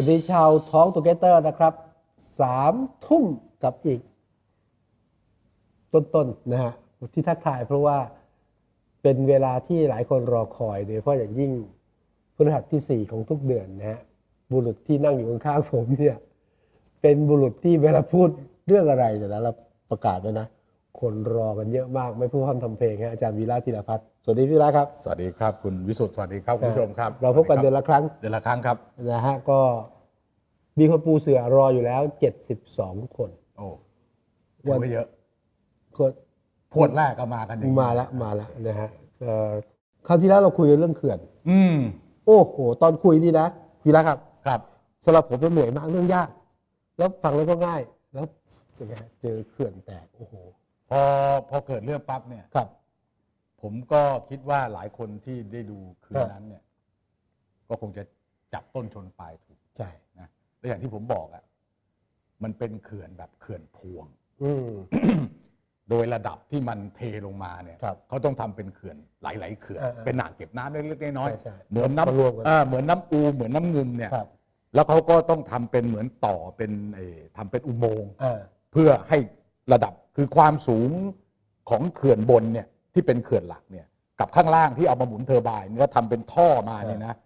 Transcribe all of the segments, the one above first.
วัสดีชาวท้องตูเกเตอร์นะครับ3 ทุ่มกับอีกต้นนะฮะที่ทักทายเพราะว่าเป็นเวลาที่หลายคนรอคอยโดยเฉพาะอย่างยิ่งพฤหัสที่4ของทุกเดือนนะฮะบุรุษที่นั่งอยู่ข้างๆผมเนี่ยเป็นบุรุษที่เวลาพูดเรื่องอะไรเนี่ยนะเราประกาศไว้นะคนรอกันเยอะมากไม่พูดพร่ำทำเพลงฮะอาจารย์วีระธีรพัฒน์สวัสดีพี่วีระครับสวัสดีครับคุณวิสุทธ์สวัสดีครับคุณผู้ชมครับเราพบกันเดือนละครั้งครับนะฮะก็มีคนปูเสือรออยู่แล้ว72 คนโอ้ถือว่าเยอะคนพวดแรกก็มากันมาแล้วนะฮะคราวที่แล้วเราคุยเรื่องเขื่อนโอ้โหตอนคุยนี่นะวีระครับสำหรับผมมันเหนื่อยมากเรื่องยากแล้วฟังแล้วก็ง่ายแล้วเป็นไงเจอเขื่อนแตกโอ้โหพอเกิดเรื่องปั๊บเนี่ยครับผมก็คิดว่าหลายคนที่ได้ดูคืนนั้นเนี่ยก็คงจะจับต้นชนปลายถูกใช่นะและอย่างที่ผมบอกอ่ะมันเป็นเขื่อนแบบเขื่อนพวงโดยระดับที่มันเทลงมาเนี่ยเขาต้องทำเป็นเขื่อนหลายๆเขื่อนเป็นอ่างเก็บน้ำเล็กๆน้อยๆเหมือนน้ำเหมือนน้ำอูเหมือนน้ำงึมเนี่ยแล้วเขาก็ต้องทำเป็นเหมือนต่อเป็นทำเป็นอุโมงค์เพื่อให้ระดับคือความสูงของเขื่อนบนเนี่ยที่เป็นเขื่อนหลักเนี่ยกับข้างล่างที่เอามาหมุนเทอร์ไบน์แล้วทำเป็นท่อมาเนี่ยนะ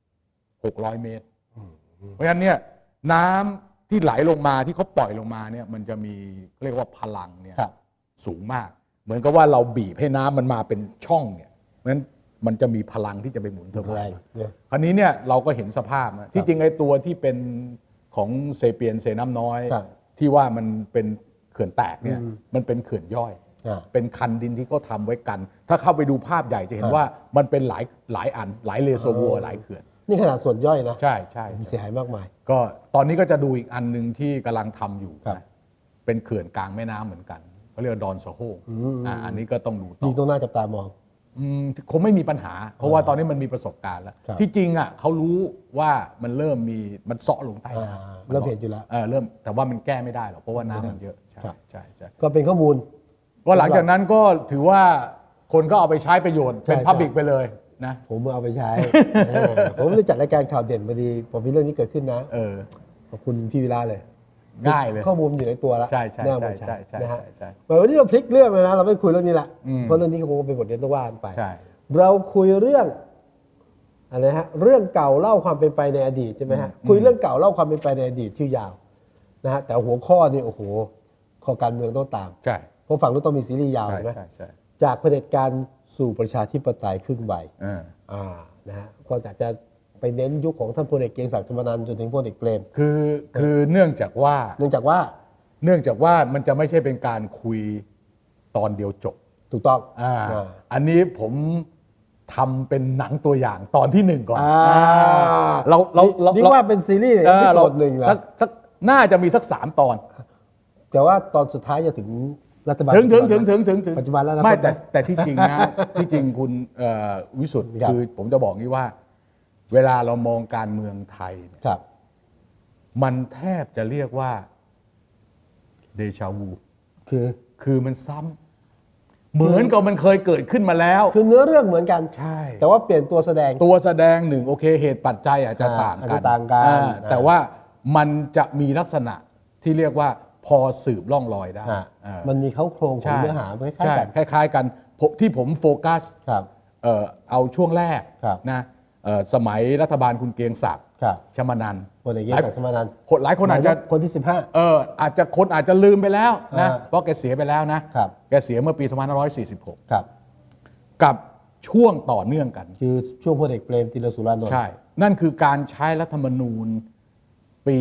600 เมตรเพราะฉะนั้นเนี่ยน้ำที่ไหลลงมาที่เขาปล่อยลงมาเนี่ยมันจะมีเรียกว่าพลังเนี่ยสูงมากเหมือนกับว่าเราบีบให้น้ำมันมาเป็นช่องเนี่ยเพราะฉะนั้นมันจะมีพลังที่จะไปหมุนเทอร์ไบน์คราวนี้เนี่ยเราก็เห็นสภาพนะที่จริงไอ้ตัวที่เป็นของเซเปียนเซน้ำน้อยที่ว่ามันเป็นเขื่อนแตกเนี่ยมันเป็นเขื่อนย่อยเป็นคันดินที่เขาทำไว้กันถ้าเข้าไปดูภาพใหญ่จะเห็นว่ามันเป็นหลายอันหลายเรโซวัวหลายเขื่อนนี่ขนาดส่วนย่อยนะใช่เสียหายมากมายก็ตอนนี้ก็จะดูอีกอันหนึ่งที่กำลังทำอยู่นะเป็นเขื่อนกลางแม่น้ำเหมือนกันเขาเรียกดอนสะโฮกอันนี้ก็ต้องดูต่อนี่ต้องน่าจับตามองคงไม่มีปัญหาเพราะว่าตอนนี้มันมีประสบการณ์แล้วที่จริงอ่ะเขารู้ว่ามันเริ่มมีมันเซาะลงใต้น้ำเริ่มเห็นอยู่แล้วเริ่มแต่ว่ามันแก้ไม่ได้หรอกเพราะว่าน้ำมันเยอะใช่ก็เป็นข้อมูลก็หลังจากนั้นก็ถือว่าคนก็เอาไปใช้ประโยชน์เป็นพับลิกไปเลยนะผมเอาไปใช้ผมได้จัดรายการข่าวเด่นพอดีผมมีเรื่องนี้เกิดขึ้นนะขอบคุณพี่วิระเลยง่ายเลยข้อมูลอยู่ในตัวแล้วใช่นะฮะวันนี้เราพลิกเรื่องเลยนะเราไม่คุยเรื่องนี้ละเพราะเรื่องนี้คงเป็นบทเรียนต้องว่าไปเราคุยเรื่องอะไรฮะเรื่องเก่าเล่าความเป็นไปในอดีตใช่ไหมฮะคุยเรื่องเก่าเล่าความเป็นไปในอดีตชื่อยาวนะฮะแต่หัวข้อนี่โอ้โหข้อการเมืองต้องตามใช่เพราะฝั่งนู้นต้องมีซีรีส์ยาวใช่ไหมจากเผด็จการสู่ประชาธิปไตยครึ่งใบนะฮะก็อยากจะไปเน้นยุคของท่านพลเอกเกรียงศักดิ์ธรรมนันท์จนถึงพลเอกเปรมคือเนื่องจากว่ามันจะไม่ใช่เป็นการคุยตอนเดียวจบถูกต้องอันนี้ผมทำเป็นหนังตัวอย่างตอนที่1ก่อนเรานี่ว่าเป็นซีรีส์อีพิโซด 1แล้วน่าจะมีสัก3 ตอนแต่ว่าตอนสุดท้ายจะถึงรัฐบาลถึงปัจจุบันแล้วไม่แต่ที่จริงนะที่จริงคุณวิสุทธ์คือผมจะบอกงี้ว่าเวลาเรามองการเมืองไทยมันแทบจะเรียกว่าเดชาวูคือมันซ้ำเหมือนกับมันเคยเกิดขึ้นมาแล้วคือเนื้อเรื่องเหมือนกันใช่แต่ว่าเปลี่ยนตัวแสดงหนึ่งโอเคเหตุปัจจัยอาจจะต่างกันแต่ว่ามันจะมีลักษณะที่เรียกว่าพอสืบล่องรอยได้มันมีเข้าโครงของเนื้อหาคล้ายๆกันที่ผมโฟกัสเอาช่วงแรกนะสมัยรัฐบาลคุณเกรียงศักดิ์ชมานันท์พลเอกเกรียงศักดิ์ชมานันท์หลายคนอาจจะคนที่ 15อาจจะลืมไปแล้วนะเพราะแกเสียไปแล้วนะแกเสียเมื่อปี2546กับช่วงต่อเนื่องกันคือช่วงพลเอกเปรมติรสุรานนท์ใช่นั่นคือการใช้รัฐธรรมนูญปี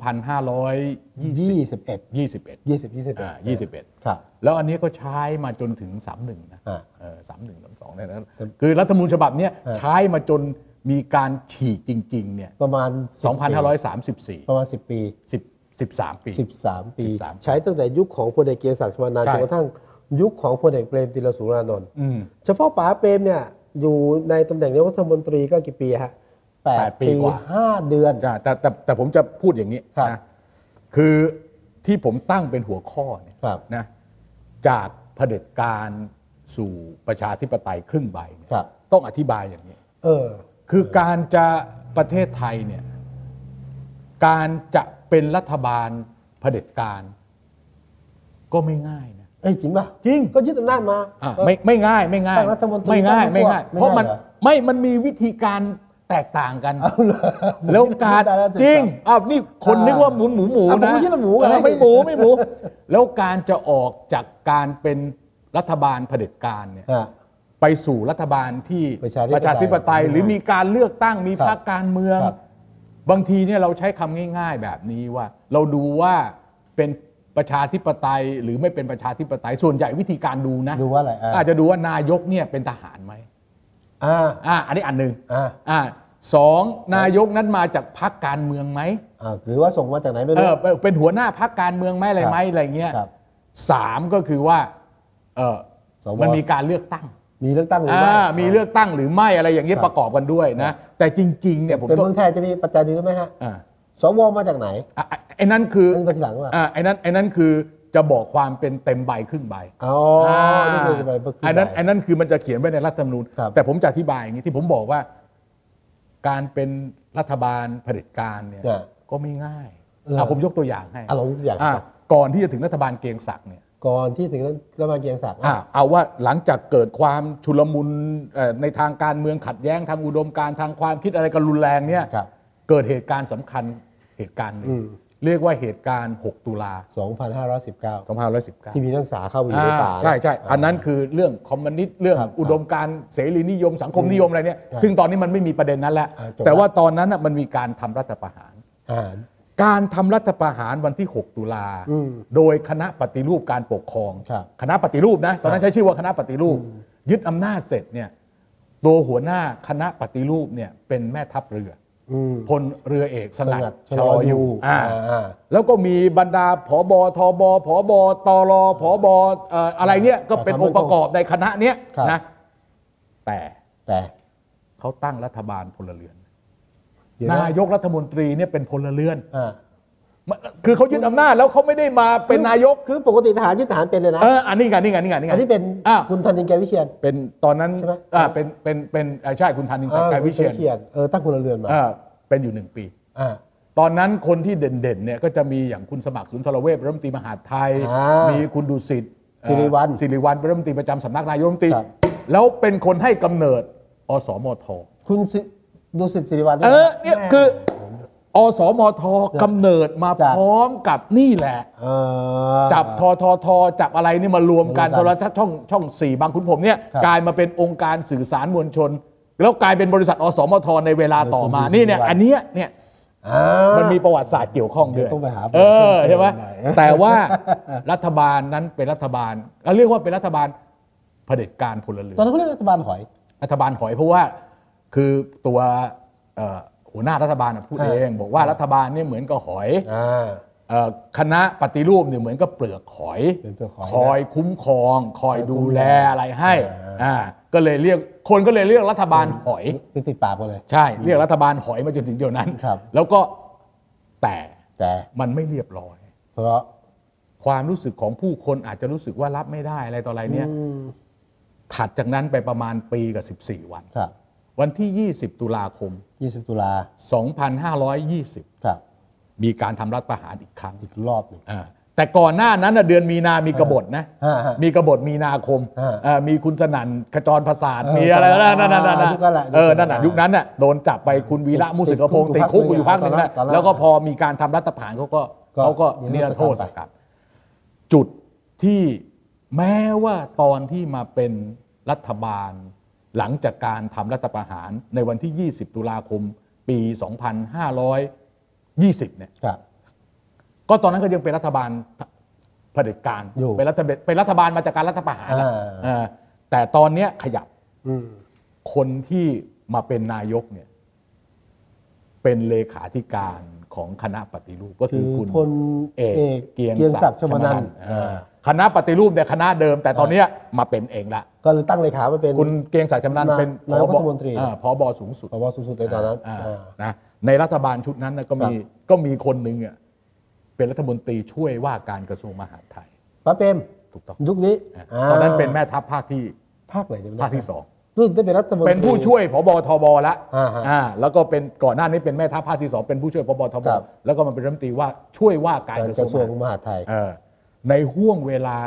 2521 ครับแล้วอันนี้ก็ใช้มาจนถึง31นะ31 32เนี่ยนะคือรัฐธรรมนูญฉบับนี้ใช้มาจนมีการฉีกจริงๆเนี่ยประมาณ 2534 ประมาณ10 ปี 13 ปีใช้ตั้งแต่ยุคของพลเอกเกรียงศักดิ์ชมานันท์จนกระทั่งยุคของพลเอกเปรมติรสุรานนท์เฉพาะป๋าเปรมเนี่ยอยู่ในตำแหน่งนายกรัฐมนตรีก็กี่ปีฮะ8 ปีกว่า5 เดือนแต่ผมจะพูดอย่างนี้นะคือที่ผมตั้งเป็นหัวข้อเนี่ยนะจากเผด็จการสู่ประชาธิปไตยครึ่งใบต้องอธิบายอย่างนี้คือการจะประเทศไทยเนี่ยการจะเป็นรัฐบาลเผด็จการก็ไม่ง่ายนะจริงป่ะจริงก็ยึดอำนาจมาไม่ง่ายตั้งรัฐมนตรีไม่ง่ายเพราะมันมีวิธีการแตกต่างกันแล้วการจริงนี่คนนึกว่าหมูนะไม่หมูแล้วการจะออกจากการเป็นรัฐบาลเผด็จการเนี่ยไปสู่รัฐบาลที่ประชาธิปไตยหรือมีการเลือกตั้งมีพรรคการเมืองบางทีเนี่ยเราใช้คำง่ายๆแบบนี้ว่าเราดูว่าเป็นประชาธิปไตยหรือไม่เป็นประชาธิปไตยส่วนใหญ่วิธีการดูนะดูว่าอะไรอาจจะดูว่านายกเนี่ยเป็นทหารไหมอันนี้อันหนึ่งสองนายกนั้นมาจากพรรคการเมืองไหมหรือว่าส่งมาจากไหนไม่รู้เป็นหัวหน้าพรรคการเมืองไหมอะไรเงี้ยสามก็คือว่ามันมีการเลือกตั้งมีเลือกตั้งหรือไม่มีเลือกตั้งหรือไม่อะไรอย่างนี้ประกอบกันด้วยนะแต่จริงๆเนี่ยผมเป็นเมืองไทยจะมีปัจจัยนี้ไหมฮะสวมาจากไหนไอ้นั่นคือไปทีหลังว่าไอ้นั่นคือจะบอกความเป็นเต็มใบครึ่งใบนี่คือใบไอ้นั่นคือมันจะเขียนไว้ในรัฐธรรมนูญแต่ผมจะอธิบายอย่างนี้ที่ผมบอกว่าการเป็นรัฐบาลเผด็จการเนี่ยก็ไม่ง่ายผมยกตัวอย่างให้ก่อนที่จะถึงรัฐบาลเกรียงศักดิ์เนี่ยก่อนที่ถึงรัฐบาลเกรียงศักดิ์เอาว่าหลังจากเกิดความชุลมุนในทางการเมืองขัดแย้งทางอุดมการณ์ทางความคิดอะไรกันรุนแรงเนี่ยเกิดเหตุการณ์สำคัญเหตุการณ์หนึ่งเรียกว่าเหตุการณ์6 ตุลา 2519 ที่มีนักศึกษาเข้าไปอยู่ในป่าใช่อันนั้นคือเรื่องคอมมิวนิสต์เรื่องอุดมการณ์เสรีนิยมสังคมนิยมอะไรเนี่ยซึ่งตอนนี้มันไม่มีประเด็นนั้นแล้วแต่ว่าตอนนั้นมันมีการทำรัฐประหารการทำรัฐประหารวันที่6 ตุลาโดยคณะปฏิรูปการปกครองคณะปฏิรูปนะตอนนั้นใช้ชื่อว่าคณะปฏิรูปยึดอำนาจเสร็จเนี่ยตัวหัวหน้าคณะปฏิรูปเนี่ยเป็นแม่ทัพเรือพลเรือเอกสงัดชลออยู่แล้วก็มีบรรดาผบทบผบตรผบอะไรเนี่ยก็เป็นองค์ประกอบในคณะเนี้ยนะแต่เขาตั้งรัฐบาลพลเรือนนายกรัฐมนตรีเนี่ยเป็นพลเรือนคือเขายึดอำนาจแล้วเขาไม่ได้มาเป็นนายกคือปกติทหารยึดทหารเป็นเลยนะอันนี้ไงอันนี้เป็นคุณธนินทร์ แก้ววิเชียรเป็นตอนนั้นใช่ไหมเป็นใช่คุณธนินทร์ แก้ววิเชียรตั้งพลเรือนมาเป็นอยู่1 ปีตอนนั้นคนที่เด่นๆเนี่ยก็จะมีอย่างคุณสมัครสุนทรเวชรัฐมนตรีมหาดไทยมีคุณดุสิตศิริวัลย์เป็นรัฐมนตรีประจำสำนักนายกรัฐมนตรีแล้วเป็นคนให้กำเนิดอสมทคุณดุสิตศิริวัลย์เนี่ยคืออสมทกำเนิดมาพร้อมกับนี่แหละจับทจับอะไรนี่มารวมกันโทรทัศน์ช่อง4บางขุนพรหมเนี่ยกลายมาเป็นองค์การสื่อสารมวลชนแล้วกลายเป็นบริษัทอสมทในเวลาต่อมานี่เนี่ยอันนี้เนี่ยมันมีประวัติศาสตร์เกี่ยวข้องด้วยใช่ไหมแต่ว่ารัฐบาลนั้นเป็นรัฐบาลเรียกว่าเป็นรัฐบาลเผด็จการพลเรือนตอนนั้นเขาเรียกรัฐบาลหอยเพราะว่าคือตัวหัวหน้ารัฐบาลพูดเองบอกว่ารัฐบาลเนี่ยเหมือนกับหอยคณะปฏิรูปเนี่ยเหมือนกับเปลือกหอยคอยคุ้มครองคอยดูแลอะไรให้ก็เลยเรียกคนก็เลยเรียกรัฐบาลหอยติดปากเลยใช่เรียกรัฐบาลหอยมาจนถึงเดี๋ยวนั้นแล้วก็แต่มันไม่เรียบร้อยเพราะความรู้สึกของผู้คนอาจจะรู้สึกว่ารับไม่ได้อะไรต่ออะไรเนี่ยถัดจากนั้นไปประมาณปีกับ14 วันวันที่20 ตุลาคม2520มีการทำรัฐประหารอีกครั้งอีกรอบนึงแต่ก่อนหน้านั้นเดือนมีนามีกบฏนะมีกบฏมีนาคมมีคุณสนั่นขจรประสาทมีอะไรนั่นยุคนั้นโดนจับไปคุณวีระมุสิกพงศ์ติดคุกอยู่พักนึงแล้วก็พอมีการทำรัฐประหารเขาก็นิรโทษกรรมจุดที่แม้ว่าตอนที่มาเป็นรัฐบาลหลังจากการทำรัฐประหารในวันที่20 ตุลาคมปี 2520เนี่ยก็ตอนนั้นก็ยังเป็นรัฐบาลเผด็จการเป็นรัฐบาลมาจากการรัฐประหารแต่ตอนนี้ขยับคนที่มาเป็นนายกเนี่ยเป็นเลขาธิการของคณะปฏิรูปก็คือคุณพลเอกเกียรติศักดิ์ชมนันท์คณะปฏิรูปเนี่ยคณะเดิมแต่ตอนนี้มาเป็นเองละก็เลยตั้งเลขามาเป็นคุณเกียรติศักดิ์ชมนันท์เป็นนายกรัฐมนตรีผบ.สูงสุดในตอนนั้นนะในรัฐบาลชุดนั้นก็มีคนหนึ่งเป็นรัฐมนตรีช่วยว่าการกระทรวงมหาดไทยป้าเปรมถูกต้องยุคนี้ตอนนั้นเป็นแม่ทัพภาคที่ภาคไหนภาคที่รุ่นได้เป็นรัฐมนตรีเป็นผู้ช่วยผบทบแล้วฮะแล้วก็เป็นก่อนหน้านี้เป็นแม่ทัพภาคที่ 2เป็นผู้ช่วยผบทบแล้วก็มาเป็นรัฐมนตรีว่าช่วยว่าการกระทรวงมหาดไทยในห่วงเวลา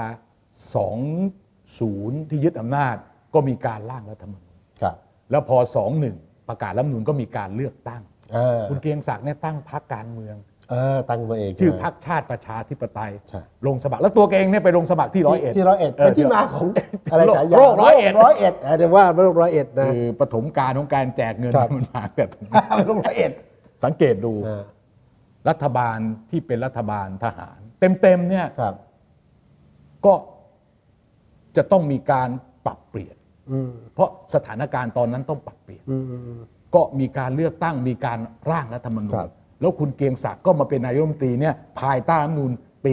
20ที่ยึดอำนาจก็มีการร่างรัฐธรรมนูญแล้วพอ21ประกาศรัฐธรรมนูญก็มีการเลือกตั้งคุณเกรียงศักดิ์เนี่ยตั้งพรรคการเมืองตั้งมาเองชื่อพรรคชาติประชาธิปไตยลงสมัครแล้วตัวเองเนี่ยไปลงสมัครที่101 เป็นที่มาของอะไรฉายาโรค101 เดี๋ยวว่าโรค101นะคือปฐมกาลของการแจกเงินมันมาแต่โรค101 สังเกตดูรัฐบาลที่เป็นรัฐบาลทหารเต็มเนี่ยก็จะต้องมีการปรับเปลี่ยนเพราะสถานการณ์ตอนนั้นต้องปรับเปลี่ยนก็มีการเลือกตั้งมีการร่างรัฐธรรมนูญแล้วคุณเกรียงศักดิ์ก็มาเป็นนายกรัฐมนตรีเนี่ยภายใต้รัฐธรรมนูญปี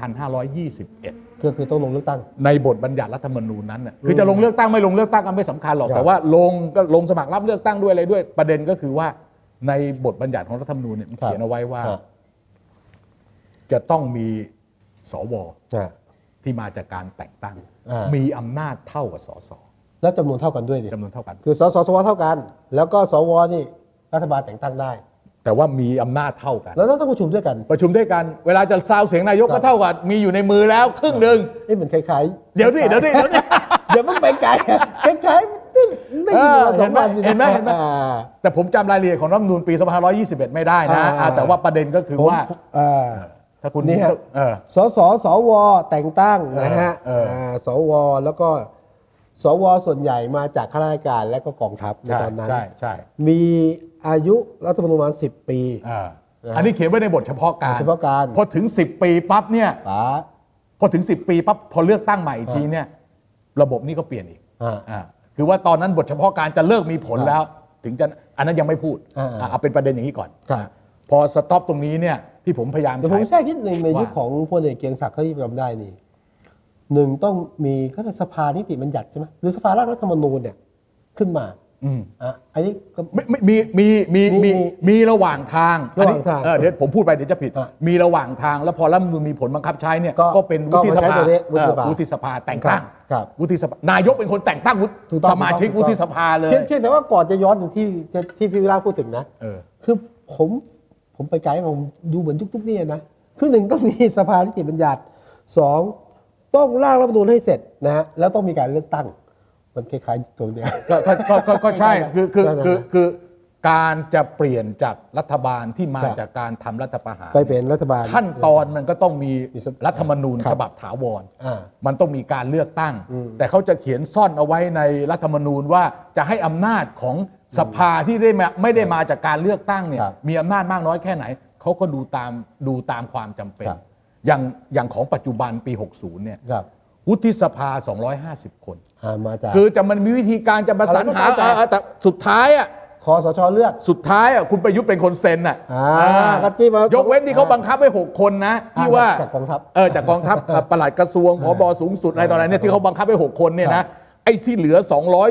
2521 ก็คือต้องลงเลือกตั้งในบทบัญญัติรัฐธรรมนูญนั้นน่ะคือจะลงเลือกตั้งไม่ลงเลือกตั้งก็ไม่สำคัญหรอกแต่ว่าลงสมัครรับเลือกตั้งด้วยอะไรด้วยประเด็นก็คือว่าในบทบัญญัติของรัฐธรรมนูญเนี่ยเขียนเอาไว้ว่าจะต้องมีสวที่มาจากการแต่งตั้งมีอำนาจเท่ากับสสแล้วจำนวนเท่ากันด้วยดิจำนวนเท่ากันคือสสเท่ากันแล้วก็สวนี่รัฐบาลแต่งตั้งได้แต่ว่ามีอำนาจเท่ากันแล้วต้องประชุมด้วยกันเวลาจะซาวเสียงนายกก็เท่ากับมีอยู่ในมือแล้วครึ่งหนึ่งนี่เหมือนคล้ายๆเดี๋ยวมันไปไกลคล้ายๆไม่กี่วันสองวันเห็นไหมแต่ผมจำรายละเอียดของรัฐธรรมนูญปี 2521 ไม่ได้นะแต่ว่าประเด็นก็คือว่าถ้าคุณนี่สสสวแต่งตั้งนะฮะสวแล้วก็สวส่วนใหญ่มาจากข้าราชการและก็กองทัพในตอนนั้นใช่มีอายุรัฐธรรมนูญประมาณ10 ปีอันนี้เขียนไว้ในบทเฉพาะการพอถึง10 ปีปั๊บเนี่ยพอถึง10 ปีปั๊บพอเลือกตั้งใหม่อีกทีเนี่ยระบบนี้ก็เปลี่ยนอีกคือว่าตอนนั้นบทเฉพาะการจะเลิกมีผลแล้วถึงจะอันนั้นยังไม่พูดเอาเป็นประเด็นอย่างนี้ก่อนพอสต็อปตรงนี้เนี่ยที่ผมพยายามผมแทรกนิดนึงในยุคของพลเอกเกรียงศักดิ์เท่าที่จำได้นี่หนึ่งต้องมีก็สภานิติบัญญัติใช่ไหมหรือสภาร่างรัฐธรรมนูญเนี่ยขึ้นมาอันนี้ก็มีระหว่างทางเดี๋ยวผมพูดไปเดี๋ยวจะผิดมีระหว่างทางแล้วพอรัฐธรรมนูญมีผลบังคับใช้เนี่ยก็เป็นวุฒิสภาแต่งตั้งวุฒิสภานายกเป็นคนแต่งตั้งสมาชิกวุฒิสภาเลยเช่นแต่ว่าก่อนจะย้อนถึงที่พี่วิราพูดถึงนะคือผมไปไกลผมดูเหมือนทุกๆนี่นะคือหนึ่งต้องมีสภานิติบัญญัติสองต้องร่างรัฐธรรมนูญให้เสร็จนะฮะแล้วต้องมีการเลือกตั้งมันคล้ายๆตัวเนี้ยก็ใช่คือการจะเปลี่ยนจากรัฐบาลที่มาจากการทำรัฐประหารไปเป็นรัฐบาลขั้นตอนมันก็ต้องมีรัฐธรรมนูญฉบับถาวรมันต้องมีการเลือกตั้งแต่เขาจะเขียนซ่อนเอาไว้ในรัฐธรรมนูญว่าจะให้อำนาจของสภาที่ไม่ได้มาจากการเลือกตั้งเนี่ยมีอำนาจมากน้อยแค่ไหนเขาก็ดูตามความจำเป็นอย่างของปัจจุบันปี60เนี่ยวุฒิสภา250 คนคือจะมันมีวิธีการจะมาสรรหาแต่สุดท้ายคสชเลือกสุดท้ายคุณประยุทธ์เป็นคนเซ็นยกเว้นที่เขาบังคับไว้6 คนนะที่ว่าจากกองทัพจากกองทัพปลัดกระทรวงผบสูงสุดอะไรต่ออะไรเนี่ยที่เขาบังคับไว้6 คนเนี่ยนะไอ้ที่เหลือ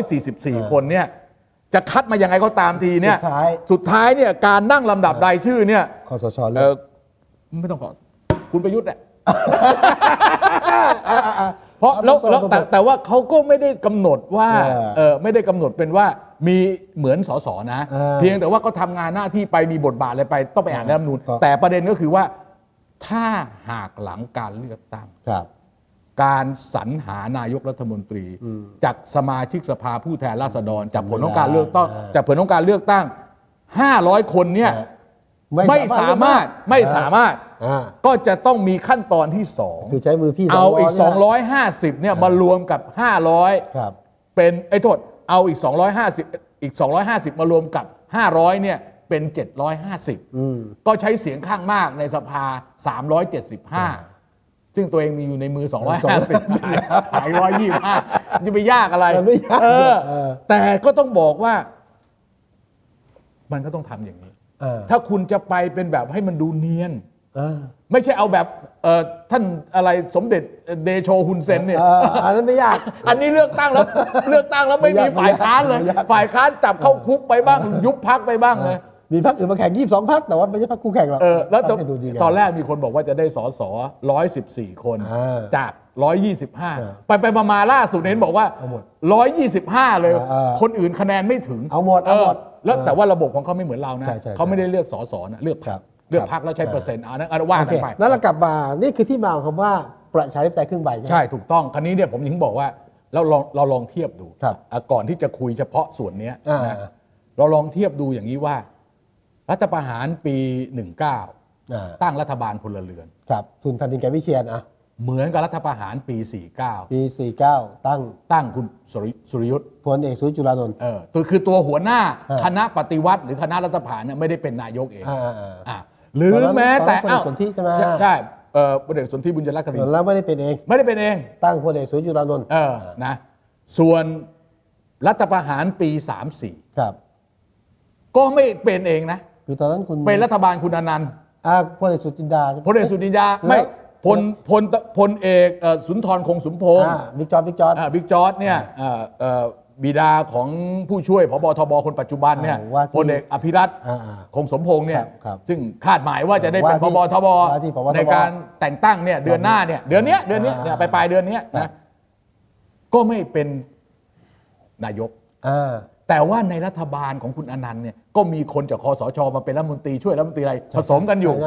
244 คนเนี่ยจะคัดมายังไงก็ตามทีเนี่ยสุดท้ายเนี่ยการนั่งลำดับรายชื่อเนี่ยคสชเลือกไม่ต้องขอคุณประยุทธ์เนี่ยเพราะแล้วแต่ว่าเขาก็ไม่ได้กำหนดว่าไม่ได้กำหนดเป็นว่ามีเหมือนสสนะเพียงแต่ว่าก็ทำงานหน้าที่ไปมีบทบาทอะไรไปต้องไปอ่านรัฐธรรมนูญแต่ประเด็นก็คือว่าถ้าหากหลังการเลือกตั้งการสรรหานายกรัฐมนตรีจากสมาชิกสภาผู้แทนราษฎรจากผลของการเลือกตั้ง500 คนเนี่ยไม่สามารถก็จะต้องมีขั้นตอนที่2 คือใช้มือพี่เอาอีก250เนี่ยมารวมกับ500เป็นโทษเอาอีก250มารวมกับ500เนี่ยเป็น750ก็ใช้เสียงข้างมากในสภา375ซึ่งตัวเองมีอยู่ในมือ250หาย125จะไปยากอะไรแต่ก็ต้องบอกว่ามันก็ต้องทำอย่างนี้ถ้าคุณจะไปเป็นแบบให้มันดูเนียนไม่ใช่เอาแบบท่านอะไรสมเด็จเดโชฮุนเซนเนี่ยอันนั้นไม่ยากอันนี้เลือกตั้งแล้วไม่มีฝ่ายค้านเลยฝ่ายค้านจับเข้าคุกไปบ้างยุบพรรคไปบ้างเลยมีพรรคอื่นมาแข่ง22 พรรคแต่ว่าไม่ใช่พรรคคู่แข่งหรอกแล้วตอนแรกมีคนบอกว่าจะได้สส114 คนจาก 125ไปมาล่าสุดเห็นบอกว่า125เลยคนอื่นคะแนนไม่ถึงเอาหมดแล้วแต่ว่าระบบของเขาไม่เหมือนเรานะเขาไม่ได้เลือกสสนะเลือกพรรคแล้วใช้เปอร์เซ็นต์นั้นว่ากันไปแล้วเรากลับมานี่คือที่มาของคำว่าประชาธิปไตยครึ่งใบใช่ถูกต้องคราวนี้เนี่ยผมถึงบอกว่าเราลองเทียบดูก่อนที่จะคุยเฉพาะส่วนนี้นะเราลองเทียบดูอย่างนี้ว่ารัฐประหารปี19ตั้งรัฐบาลพลเรือนครับทุนแผ่นดินแกวิเชียรเหมือนกับรัฐประหารปี 49 ตั้งคุณสุริยุทธ์พลเอกสุริยุทธ์จุลานนท์คือตัวหัวหน้าคณะปฏิวัติหรือคณะรัฐประหารเนี่ยไม่ได้เป็นนายกเองหรือแม้แต่พลเอกสนธิใช่ไหมใช่พลเอกสนธิบุญยรัตน์แล้วไม่ได้เป็นเองตั้งพลเอกสุริยุทธ์จุลานนท์นะส่วนรัฐประหารปี34 ครับก็ไม่เป็นเองนะคือตอนนั้นคุณเป็นรัฐบาลคุณอนันต์พลเอกสุจินดาพลเอกสุจินดาไม่พลเอกสุนทรคงสมพงษ์บิ๊กจอร์จเนี่ยบิดาของผู้ช่วยผบ.ทบ.คนปัจจุบันเนี่ยพลเอกอภิรัตน์คงสมพงษ์เนี่ยซึ่งคาดหมายว่าจะได้เป็นผบ.ทบ.ในการแต่งตั้งเนี่ยเดือนหน้าเนี่ยเดือนนี้เนี่ยปลายเดือนนี้นะก็ไม่เป็นนายกแต่ว่าในรัฐบาลของคุณอนันต์เนี่ยก็มีคนจากคสช.มาเป็นรัฐมนตรีช่วยรัฐมนตรีอะไรผสมกันอยู่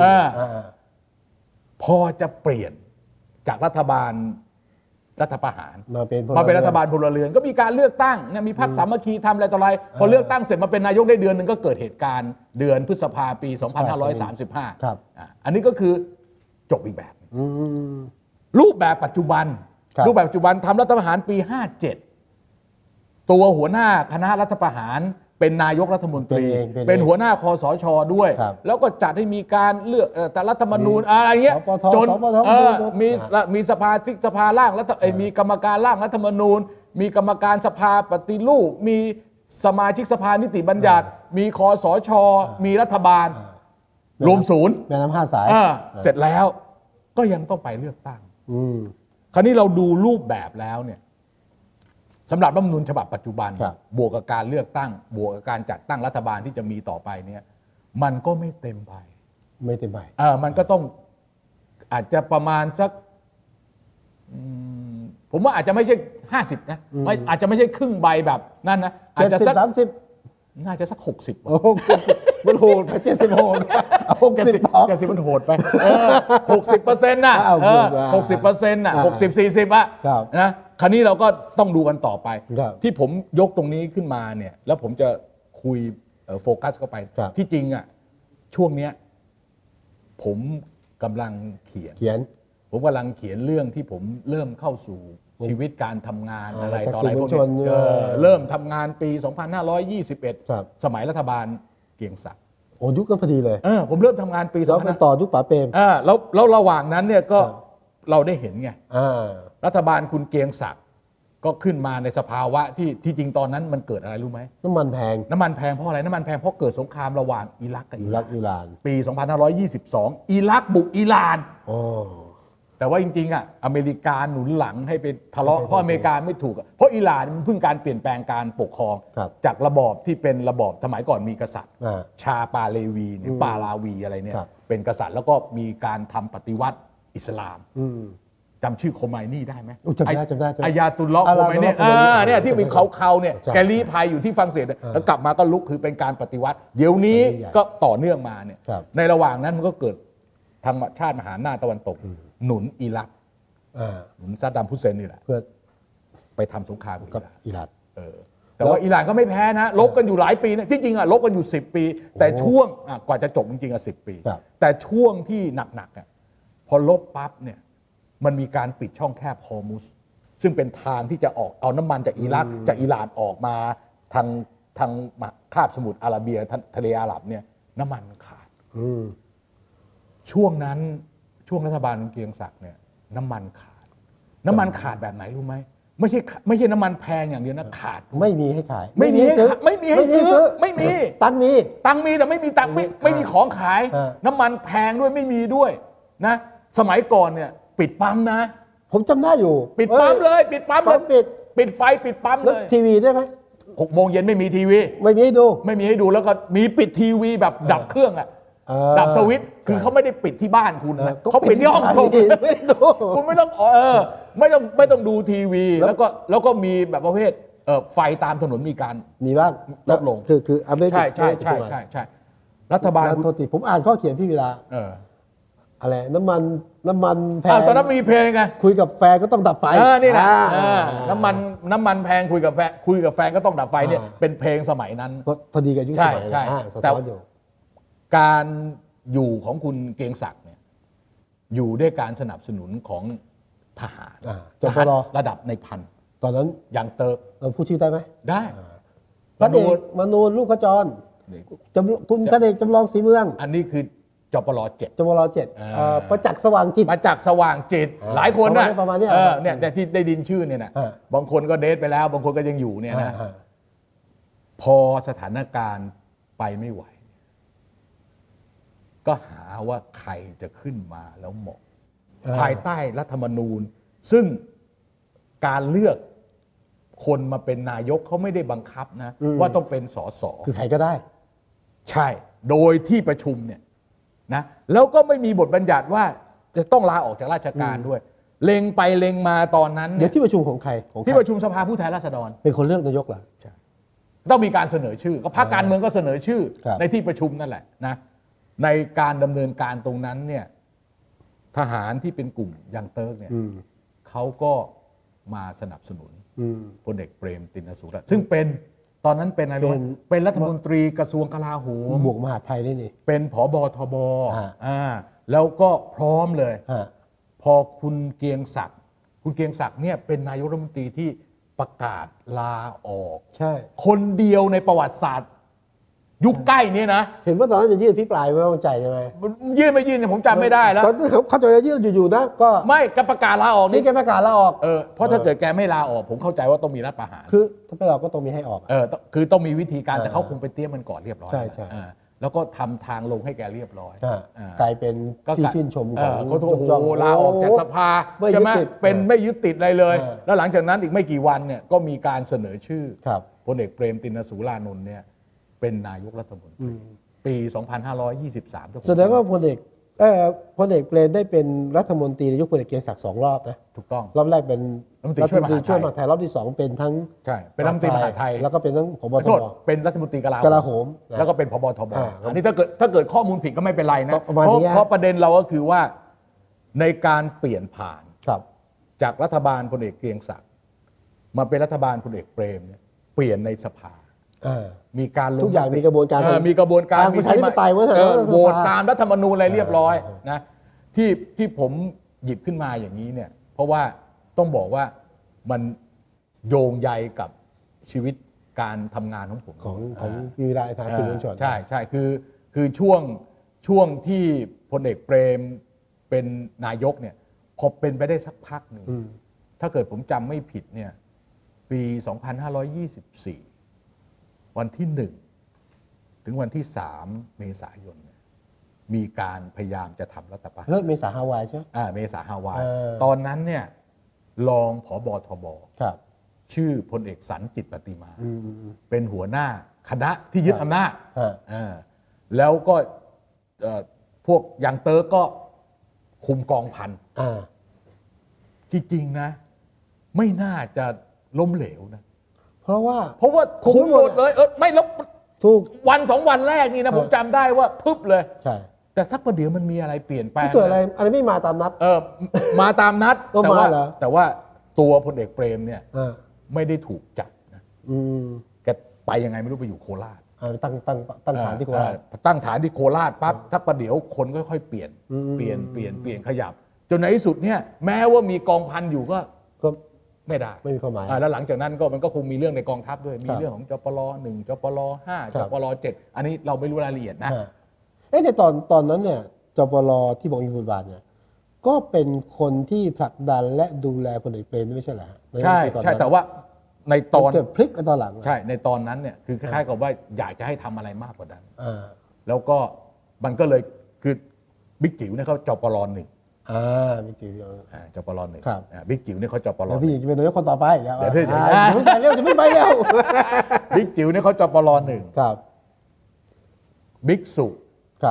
พอจะเปลี่ยนจากรัฐบาลรัฐประหารมาเป็นรัฐบาลพลเรือนก็มีการเลือกตั้งมีพรรคสามัคคีทำอะไรต่ออะไรพอเลือกตั้งเสร็จมาเป็นนายกได้เดือนนึงก็เกิดเหตุการณ์เดือนพฤษภาปี2535 ครับอันนี้ก็คือจบอีกแบบรูปแบบปัจจุบันทำรัฐประหารปี57ตัวหัวหน้าคณะรัฐประหารเป็นนายกรัฐมนตรีเป็นหัวหน้าคสช.ด้วยแล้วก็จัดให้มีการเลือกแต่รัฐธรรมนูญอะไรเงี้ยจนมีสภาร่างแล้วมีกรรมการร่างรัฐธรรมนูญมีกรรมการสภาปฏิรูปมีสมาชิกสภานิติบัญญัติมีคสช.มีรัฐบาลรวมศูนย์แม่น้ำ5 สายเสร็จแล้วก็ยังต้องไปเลือกตั้งคราวนี้เราดูรูปแบบแล้วเนี่ยสำหรับรัฐธรรมนูญฉบับปัจจุบันบวกกับการเลือกตั้งบวกกับการจัดตั้งรัฐบาลที่จะมีต่อไปเนี่ยมันก็ไม่เต็มใบมันก็ต้องอาจจะประมาณสักผมว่าอาจจะไม่ใช่50นะอาจจะไม่ใช่ครึ่งใบแบบนั่นนะอาจจะสักน่าจะสัก60 มันโหดไป70โหด 70มันโหดไป60%น่ะ60%น่ะ60-40นะคราวนี้เราก็ต้องดูกันต่อไปที่ผมยกตรงนี้ขึ้นมาเนี่ยแล้วผมจะคุยโฟกัสเข้าไปที่จริงอ่ะช่วงเนี้ยผมกำลังเขียนเรื่องที่ผมเริ่มเข้าสู่ชีวิตการทำงานอะไรต่ออะไรพวกนี้เริ่มทำงานปี2521สมัยรัฐบาลเกียงศักดิ์ยุคก็พอดีเลยผมเริ่มทำงานปีแล้วไปต่อยุคป๋าเปรมแล้วระหว่างนั้นเนี่ยก็เราได้เห็นไงรัฐบาลคุณเกียงศักดิ์ก็ขึ้นมาในสภาวะที่จริงตอนนั้นมันเกิดอะไรรู้ไหมน้ำมันแพงเพราะอะไรน้ำมันแพงเพราะเกิดสงครามระหว่างอิรักกับอิหร่านปี 2522อิรักบุกอิหร่านแต่ว่าจริงๆอ่ะอเมริกาหนุนหลังให้ไปทะเลาะเพราะอเมริกาไม่ถูกเพราะอิหร่านมันเพิ่งการเปลี่ยนแปลงการปกครองจากระบอบที่เป็นระบอบสมัยก่อนมีกษัตริย์ชาปาเลวีปาลาวีอะไรเนี่ยเป็นกษัตริย์แล้วก็มีการทำปฏิวัติอิสลามจำชื่อโคไมนี่ได้ไหมจำได้อายาตุลลอฮ์โคไมนี่เนี่ยที่เป็นเขาเนี่ยแกลี้ภัยอยู่ที่ฝรั่งเศสแล้วกลับมาก็ลุกคือเป็นการปฏิวัติเดี๋ยวนี้ก็ต่อเนื่องมาเนี่ยในระหว่างนั้นมันก็เกิดทางชาติมหาอำนาจตะวันตกหนุนอิรักหนุนซัดดัมฮุสเซนนี่แหละเพื่อไปทำสงครามกับอิรักแต่ว่าอิหร่านก็ไม่แพ้นะลบกันอยู่หลายปีนะที่จริงอ่ะลบกันอยู่10 ปีแต่ช่วงกว่าจะจบจริงๆ10 ปีแต่ช่วงที่หนักๆพอลบปั๊บเนี่ยมันมีการปิดช่องแคบฮอร์มุสซึ่งเป็นทางที่จะออกเอาน้ำมันจากอิรักจากอิหร่านออกมาทางคาบสมุทรอาระเบียทะเลอาหรับเนี่ยน้ำมันขาดช่วงนั้นช่วงรัฐบาลเกียงศักดิ์เนี่ยน้ำมันขาดแบบไหนรู้ไหมไม่ใช่น้ำมันแพงอย่างเดียวนะขาดไม่มีให้ขายไม่มีให้ซื้อไม่มีตังมีแต่ไม่มีตังไม่มีของขายน้ำมันแพงด้วยไม่มีด้วยนะสมัยก่อนเนี่ยปิดปั๊มนะผมจำได้อยู่ปิดปั๊มเลยปิดไฟปิดปั๊มเลยทีวีได้ไหม 6 โมงเย็นไม่มีทีวีไม่มีให้ดูแล้วก็มีปิดทีวีแบบดับเครื่องอ่ะดับสวิตช์คือเขาไม่ได้ปิดที่บ้านคุณนะเขาปิดที่ห้องส่งคุณไม่ต้องไม่ต้องดูทีวีแล้วก็มีแบบประเภทไฟตามถนนมีการมีบ้างลดลงคืออัปเดตใช่รัฐบาลโทษทีผมอ่านข้อเขียนพี่เวลาอะไรน้ำมันแพงตอนนั้นมีเพลงไงคุยกับแฟนก็ต้องดับไฟนี่แหละน้ำมันแพงคุยกับแฟนก็ต้องดับไฟเนี่ยเป็นเพลงสมัยนั้นพอดีกับยุคสมัยใช่แต่การอยู่ของคุณเกรียงศักดิ์เนี่ยอยู่ด้วยการสนับสนุนของทหารระดับในพันตอนนั้นอย่างเติร์กพูดชื่อได้ไหมได้พระเอกมนูญลูกขจรคุณพระเอกจำลองศรีเมืองอันนี้คือจปร7 ประจักษ์สว่างจิตหลายคนนะประมาณนี้เนี่ยที่ได้ดินชื่อเนี่ยนะบางคนก็เดทไปแล้วบางคนก็ยังอยู่เนี่ยนะพอสถานการณ์ไปไม่ไหวก็หาว่าใครจะขึ้นมาแล้วเหมาะภายใต้รัฐธรรมนูญซึ่งการเลือกคนมาเป็นนายกเขาไม่ได้บังคับนะว่าต้องเป็นสสคือใครก็ได้ใช่โดยที่ประชุมเนี่ยนะแล้วก็ไม่มีบทบัญญัติว่าจะต้องลาออกจากราชการด้วยเล็งไปเล็งมาตอนนั้นเนี่ยที่ประชุมของใครที่ประชุมสภาผู้แทนราษฎรเป็นคนเลือกนายกเหรอใช่ต้องมีการเสนอชื่อก็พรรคการเมืองก็เสนอชื่อในที่ประชุมนั่นแหละนะในการดำเนินการตรงนั้นเนี่ยทหารที่เป็นกลุ่มยังเติร์กเนี่ยเขาก็มาสนับสนุนพลเอกเปรมติณสูรซึ่งเป็นตอนนั้นเป็นอะไรเป็นรัฐมนตรีกระทรวงกลาโหมบวกมหาดไทยนี่เป็นผบทบแล้วก็พร้อมเลยพอคุณเกรียงศักดิ์เนี่ยเป็นนายกรัฐมนตรีที่ประกาศลาออกใช่คนเดียวในประวัติศาสตร์ยุคใกล้นี้นะเห็นว่าตอนนั้นจะยื่นอภิปรายไม่ไว้วางใจใช่ไหมยื่นไม่ยื่นเนี่ยผมจำไม่ได้แล้วเขาจะยื่นอยู่ๆนะก็ไม่แกประกาศลาออกนี่แกประกาศลาออกเพราะถ้าเกิดแกไม่ลาออกผมเข้าใจว่าต้องมีรัฐประหารคือถ้าไม่ลาก็ต้องมีให้ออกคือต้องมีวิธีการแต่เขาคงไปเตรียมมันก่อนเรียบร้อยใช่ใช่แล้วก็ทำทางลงให้แกเรียบร้อยกลายเป็นที่ชื่นชมของเขาโอ้โหลาออกจากสภาใช่ไหมเป็นไม่ยึดติดอะไรเลยแล้วหลังจากนั้นอีกไม่กี่วันเนี่ยก็มีการเสนอชื่อพลเอกเปรมติณสูรานนท์เนี่ยเป็นนายกรัฐมนตรีปี 2523 แสดงว่าพลเอกเปรมได้เป็นรัฐมนตรีในยุคพลเอกเกรียงศักดิ์2 รอบนะถูกต้องรอบแรกเป็นรัฐมนตรีช่วยมหาดไทยรอบที่2เป็นทั้งใช่เป็นรัฐมนตรีมหาดไทยแล้วก็เป็นทั้งผบทบเป็นรัฐมนตรีกลาโหมแล้วก็เป็นผบทบอันนี้ถ้าเกิดข้อมูลผิดก็ไม่เป็นไรนะเพราะประเด็นเราก็คือว่าในการเปลี่ยนผ่านจากรัฐบาลพลเอกเกรียงศักดิ์มาเป็นรัฐบาลพลเอกเปรมเนี่ยเปลี่ยนในสภามีการทุกอย่างมีกระบวนการมีประชาธิปไตยโหวตตามรัฐธรรมนูญอะไรเรียบร้อยนะที่ผมหยิบขึ้นมาอย่างนี้เนี่ยเพราะว่าต้องบอกว่ามันโยงใยกับชีวิตการทำงานของผมของวิไลทางสื่อมวลชนใช่คือช่วงที่พลเอกเปรมเป็นนายกเนี่ยพอเป็นไปได้สักพักหนึ่งถ้าเกิดผมจำไม่ผิดเนี่ยปี 2524วันที่1ถึงวันที่3 เมษายนมีการพยายามจะทำรัฐประหารเมษาฮาวายใช่ไหมเมษาฮาวายตอนนั้นเนี่ยรองผบทบชื่อพลเอกสันจิตปฏิมาเป็นหัวหน้าคณะที่ยึดอำนาจแล้วก็พวกยังเติร์กก็คุมกองพันจริงๆนะไม่น่าจะล้มเหลวนะเพราะว่าคุมหมดเลยไม่แล้วถูกวัน2 วันแรกนี่นะผมจำได้ว่าพึบเลยใช่แต่สักประเดี๋ยวมันมีอะไรเปลี่ยนแปลงเกิดอะไรไม่มาตามนัดมาตามนัดแต่ว่าตัวพลเอกเปรมเนี่ยไม่ได้ถูกจับนะแกไปยังไงไม่รู้ไปอยู่โคราชตั้งฐานที่โคราชตั้งฐานที่โคราชปั๊บสักประเดี๋ยวคนค่อยๆเปลี่ยนขยับจนในที่สุดเนี่ยแม้ว่ามีกองพันอยู่ก็ไม่ได้ไม่มีความหมายแล้วหลังจากนั้นก็มันก็คงมีเรื่องในกองทัพด้วยมีเรื่องของจปร1จปร5จปร7อันนี้เราไม่รู้รายละเอียดนะในตอนนั้นเนี่ยจปรที่บอกมีบทบาทเนี่ยก็เป็นคนที่ผลักดันและดูแลพลเอกเปรมไม่ใช่เหรอใช่แต่ว่าในตอนเกิดพลิกตอนหลังใช่ในตอนนั้นเนี่ยคือคล้ายๆกับว่าอยากจะให้ทำอะไรมากกว่านั้นแล้วก็มันก็เลยคือบิ๊กจิ๋วเนี่ยเขาจปร1 บิ๊กจิ๋วจปร1บิ๊กจิ๋วเนี่ยเขาจปรพี่จะเป็นนายกคนต่อไปเดี๋ยวไม่ไปเร็วจะไม่ไปเร็วบิ๊กจิ๋วเนี่ยเขาจปร1 ครับบิ๊กสุ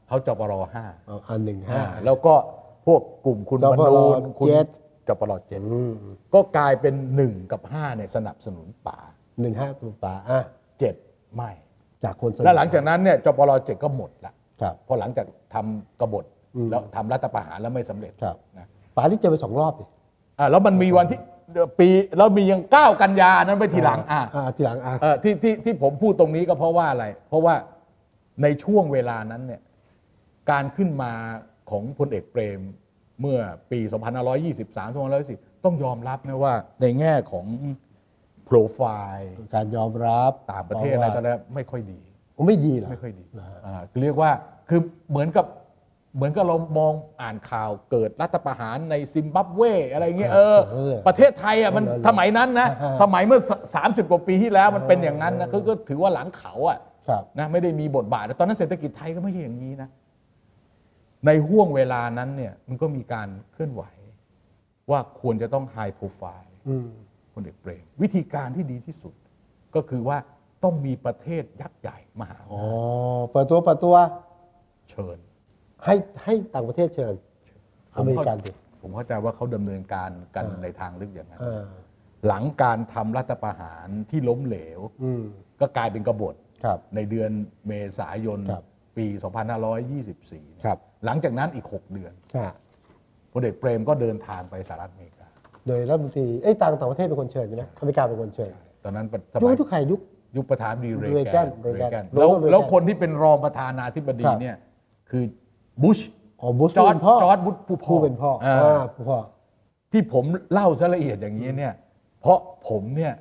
เขาจปร5 อัน15 แล้วก็พวกกลุ่มคุณมนูนคุณจปร7ก็กลายเป็น1กับ5เนี่ยสนับสนุนป่า 15สนุนป่า 7ไม่จากคนแล้วหลังจากนั้นเนี่ยจปร7ก็หมดละพอหลังจากทำกบฏแล้วทำรัฐประหารแล้วไม่สำเร็จนะป่าที่เจอไป2 รอบแล้วมันมีวันที่ปีแล้วมียัง9 กันยานั้นไปทีหลังทีหลังที่ผมพูดตรงนี้ก็เพราะว่าอะไรเพราะว่าในช่วงเวลานั้นเนี่ยการขึ้นมาของพลเอกเปรมเมื่อปี2523-2524ต้องยอมรับนะว่าในแง่ของโปรไฟล์การยอมรับต่างประเทศอะไรก็แล้วไม่ค่อยดีไม่ดีหรอไม่ค่อยดีเรียกว่าคือเหมือนกับเรามองอ่านข่าวเกิดรัฐประหารในซิมบับเวอะไรเงี้ยประเทศไทยมันสมัยนั้นนะสมัยเมื่อ30 กว่าปีที่แล้วมันเป็นอย่างนั้นนะก็ถือว่าหลังเขานะไม่ได้มีบทบาทตอนนั้นเศรษฐกิจไทยก็ไม่ใช่อย่างนี้นะในห่วงเวลานั้นเนี่ยมันก็มีการเคลื่อนไหวว่าควรจะต้องไฮโปรไฟล์พลเอกเปรมวิธีการที่ดีที่สุดก็คือว่าต้องมีประเทศยักษ์ใหญ่มหาอำนาจเปิดตัวเชิญให้ต่างประเทศเชิญอเมริกันดิผมเข้าใจว่าเขาดำเนินการกันในทางลึกอย่างนั้นหลังการทำรัฐประหารที่ล้มเหลวก็กลายเป็นกบฏในเดือนเมษายนปี2524หลังจากนั้นอีก6 เดือนพลเอกเปรมก็เดินทางไปสหรัฐอเมริกาโดยรัฐมนตรีต่างประเทศเป็นคนเชิญใช่ไหมอเมริกาเป็นคนเชิญตอนนั้นยุคใครยุคประธานาธิบดีเรแกนแล้วคนที่เป็นรองประธานาธิบดีเนี่ยคือบุชจอร์จบุชผู้เป็นพ่อผู้พ่อที่ผมเล่าซะละเอียดอย่างนี้เนี่ยเพราะผมเนี่ย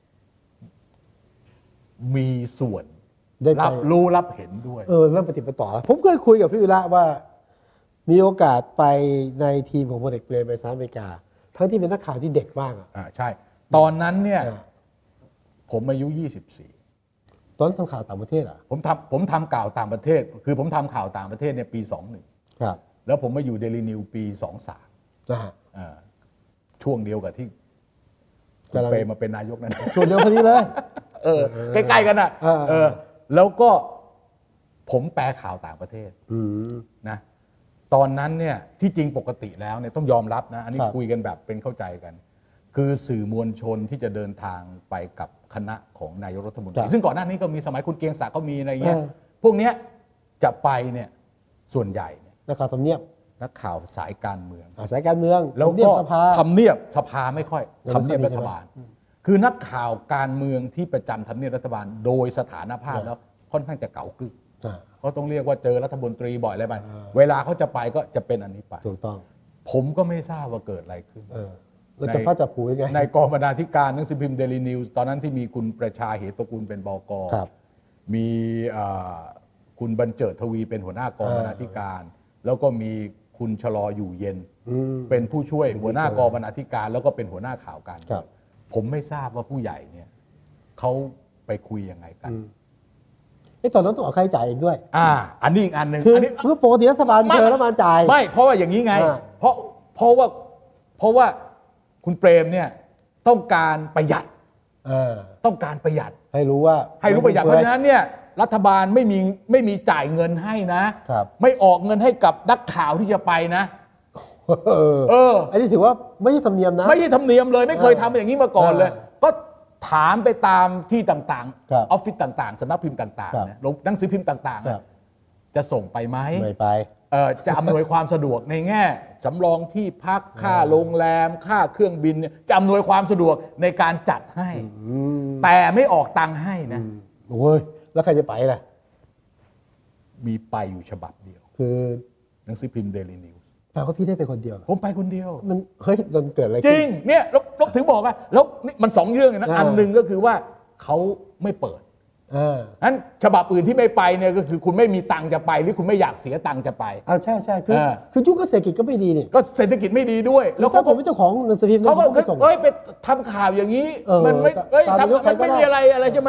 มีส่วนรับรู้รับเห็นด้วยเริ่มปฏิบัติต่อแล้วผมเคยคุยกับพี่วิระว่ามีโอกาสไปในทีมของพลเอกเปรมไปสหรัฐอเมริกาทั้งที่เป็นนักข่าวที่เด็กมากใช่ตอนนั้นเนี่ยผมอายุ24 ตอนทำข่าวต่างประเทศผมทำข่าวต่างประเทศคือผมทำข่าวต่างประเทศเนี่ยปี21 ครับแล้วผมมาอยู่เดลินิวปี23ช่วงเดียวกับที่คุณเปรมมาเป็นนายกนั่นช่วงเดียวพอดีเลยใกล้ๆกันแล้วก็ผมแปลข่าวต่างประเทศนะตอนนั้นเนี่ยที่จริงปกติแล้วเนี่ยต้องยอมรับนะอันนี้คุยกันแบบเป็นเข้าใจกันคือสื่อมวลชนที่จะเดินทางไปกับคณะของนายกรัฐมนตรีซึ่งก่อนหน้านี้ก็มีสมัยคุณเกรียงศักดิ์ก็มีอะไรเงี้ยพวกเนี้ยจะไปเนี่ยส่วนใหญ่นักข่าวทำเนียบนักข่าวสายการเมืองแล้วก็ทำเนียบสภาไม่ค่อยทำเนียบรัฐบาลคือนักข่าวการเมืองที่ประจำทำเนียบรัฐบาลโดยสถานภาพแล้วค่อนข้างจะเก่ากึกก็ต้องเรียกว่าเจอรัฐมนตรีบ่อยอะไรไปเวลาเขาจะไปก็จะเป็นอันนี้ไปถูกต้องผมก็ไม่ทราบว่าเกิดอะไรขึ้นเราจะพัฒนาผูยังไงในกองบรรณาธิการหนังสือพิมพ์เดลินิวส์ตอนนั้นที่มีคุณประชาเหตุตระกูลเป็นบก.มีคุณบรรเจิดทวีเป็นหัวหน้ากองบรรณาธิการแล้วก็มีคุณชลออยู่เย็นเป็นผู้ช่วยหัวหน้ากองบรรณาธิการแล้วก็เป็นหัวหน้าข่าวการผมไม่ทราบว่าผู้ใหญ่เนี่ยเขาไปคุยยังไงกันตอนนั้นต้องออกค่าใช้จ่ายเองด้วยอันนี้อีกอันหนึ่งคือปกติรัฐบาลเชิญแล้วมาจ่ายไม่เพราะว่าอย่างนี้ไงเพราะว่าคุณเปรมเนี่ยต้องการประหยัดต้องการประหยัดให้รู้ประหยัดเพราะฉะนั้นเนี่ยรัฐบาลไม่มีจ่ายเงินให้นะไม่ออกเงินให้กับนักข่าวที่จะไปนะอันนี้ถือว่าไม่ใช่ธรรมเนียมนะไม่ใช่ธรรมเนียมเลยไม่เคยทำอย่างนี้มาก่อนเลยก็ถามไปตามที่ต่างๆออฟฟิศต่างๆสำนักพิมพ์ต่างๆนะหนังสือพิมพ์ต่างๆจะส่งไปไหมไม่ไปจะอำนวยความสะดวกในแง่สำรองที่พักค่าโรงแรมค่าเครื่องบินจะอำนวยความสะดวกในการจัดให้แต่ไม่ออกตังค์ให้นะโอ้ยแล้วใครจะไปล่ะมีไปอยู่ฉบับเดียวคือหนังสือพิมพ์เดลินิวส์แต่ว่าพี่ได้ไปคนเดียวผมไปคนเดียวมันมันเกิดอะไรจริงเนี่ยเราถึงบอกว่าแล้วมัน2 เรื่องนะอันหนึ่งก็คือว่าเขาไม่เปิดนั้นฉบับอื่นที่ไม่ไปเนี่ยก็คือคุณไม่มีตังค์จะไปหรือคุณไม่อยากเสียตังค์จะไปใช่คือยุคเศรษฐกิจก็ไม่ดีนี่ก็เศรษฐกิจไม่ดีด้วยแล้วเขาผมเป็นเจ้าของหนังสือพิมพ์เขาก็ไปทำข่าวอย่างนี้มันไม่ทำมันไม่มีอะไรใช่ไหม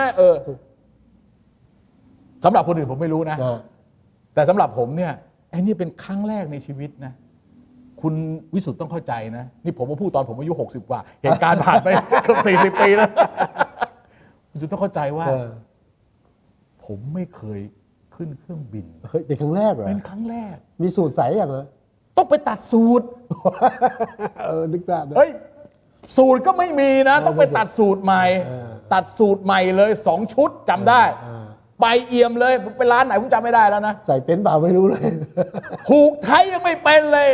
สำหรับคนอื่นผมไม่รู้นะแต่สำหรับผมเนี่ยไอ้นี่เป็นครั้งแรกในชีวิตนะคุณวิสุทธ์ต้องเข้าใจนะนี่ผมมาพูดตอนผมอายุ60 กว่าเหตุการณ์ผ่านไปเกือบ40 ปีแล้ววิสุทธ์ต้องเข้าใจว่าผมไม่เคยขึ้นเครื่องบินเฮ้ยเป็นครั้งแรกเหรอเป็นครั้งแรกมีสูตรใสอย่างเหรอต้องไปตัดสูตรนึกได้นะเฮ้ยสูตรก็ไม่มีนะต้องไปตัดสูตรใหม่ ตัดสูตรใหม่เลย2 ชุดจำได้ไปเอี่ยมเลยไปร้านไหนผมจำไม่ได้แล้วนะใส่เป็นเปล่าไม่รู้เลยผูกไทยยังไม่เป็นเลย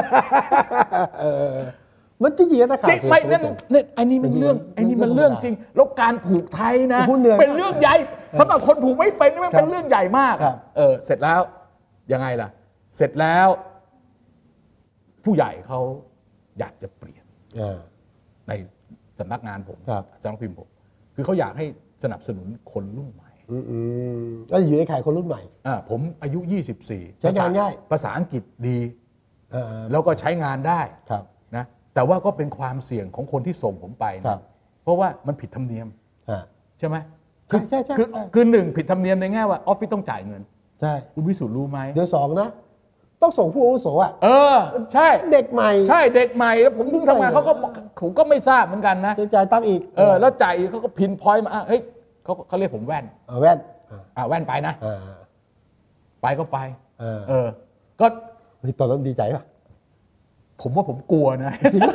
มันจริงๆนะข่าวจริงไม่นั่นไอ้นี่มันเรื่องจริงแล้วการผูกไทยนะเป็นเรื่องใหญ่สำหรับคนผูกไม่เป็นมันเป็นเรื่องใหญ่มากเสร็จแล้วยังไงล่ะเสร็จแล้วผู้ใหญ่เขาอยากจะเปลี่ยนในสำนักงานผมสำนักพิมพ์ผมคือเขาอยากให้สนับสนุนคนรุ่นใหม่ก็อยู่ในข่ายคนรุ่นใหม่ผมอายุ24 ใช้งานง่ายภาษาอังกฤษดีแล้วก็ใช้งานได้นะแต่ว่าก็เป็นความเสี่ยงของคนที่ส่งผมไปนะเพราะว่ามันผิดธรรมเนียมใช่ไหมคือหนึ่งผิดธรรมเนียมในแง่ว่าออฟฟิศต้องจ่ายเงินใช่คุณวิสุทธ์รู้ไหมเดี๋ยว2นะต้องส่งผู้อาวุโสใช่เด็กใหม่ใช่เด็กใหม่แล้วผมเพิ่งทำงานผมก็ไม่ทราบเหมือนกันนะจ่ายตังค์อีกแล้วจ่ายอีกเขาก็พินพอยต์มาเฮ้ยเขาเรียกผมแว่นแว่นแว่นไปนะไปก็ไปก็ตอนนั้นดีใจป่ะผมว่าผมกลัวนะ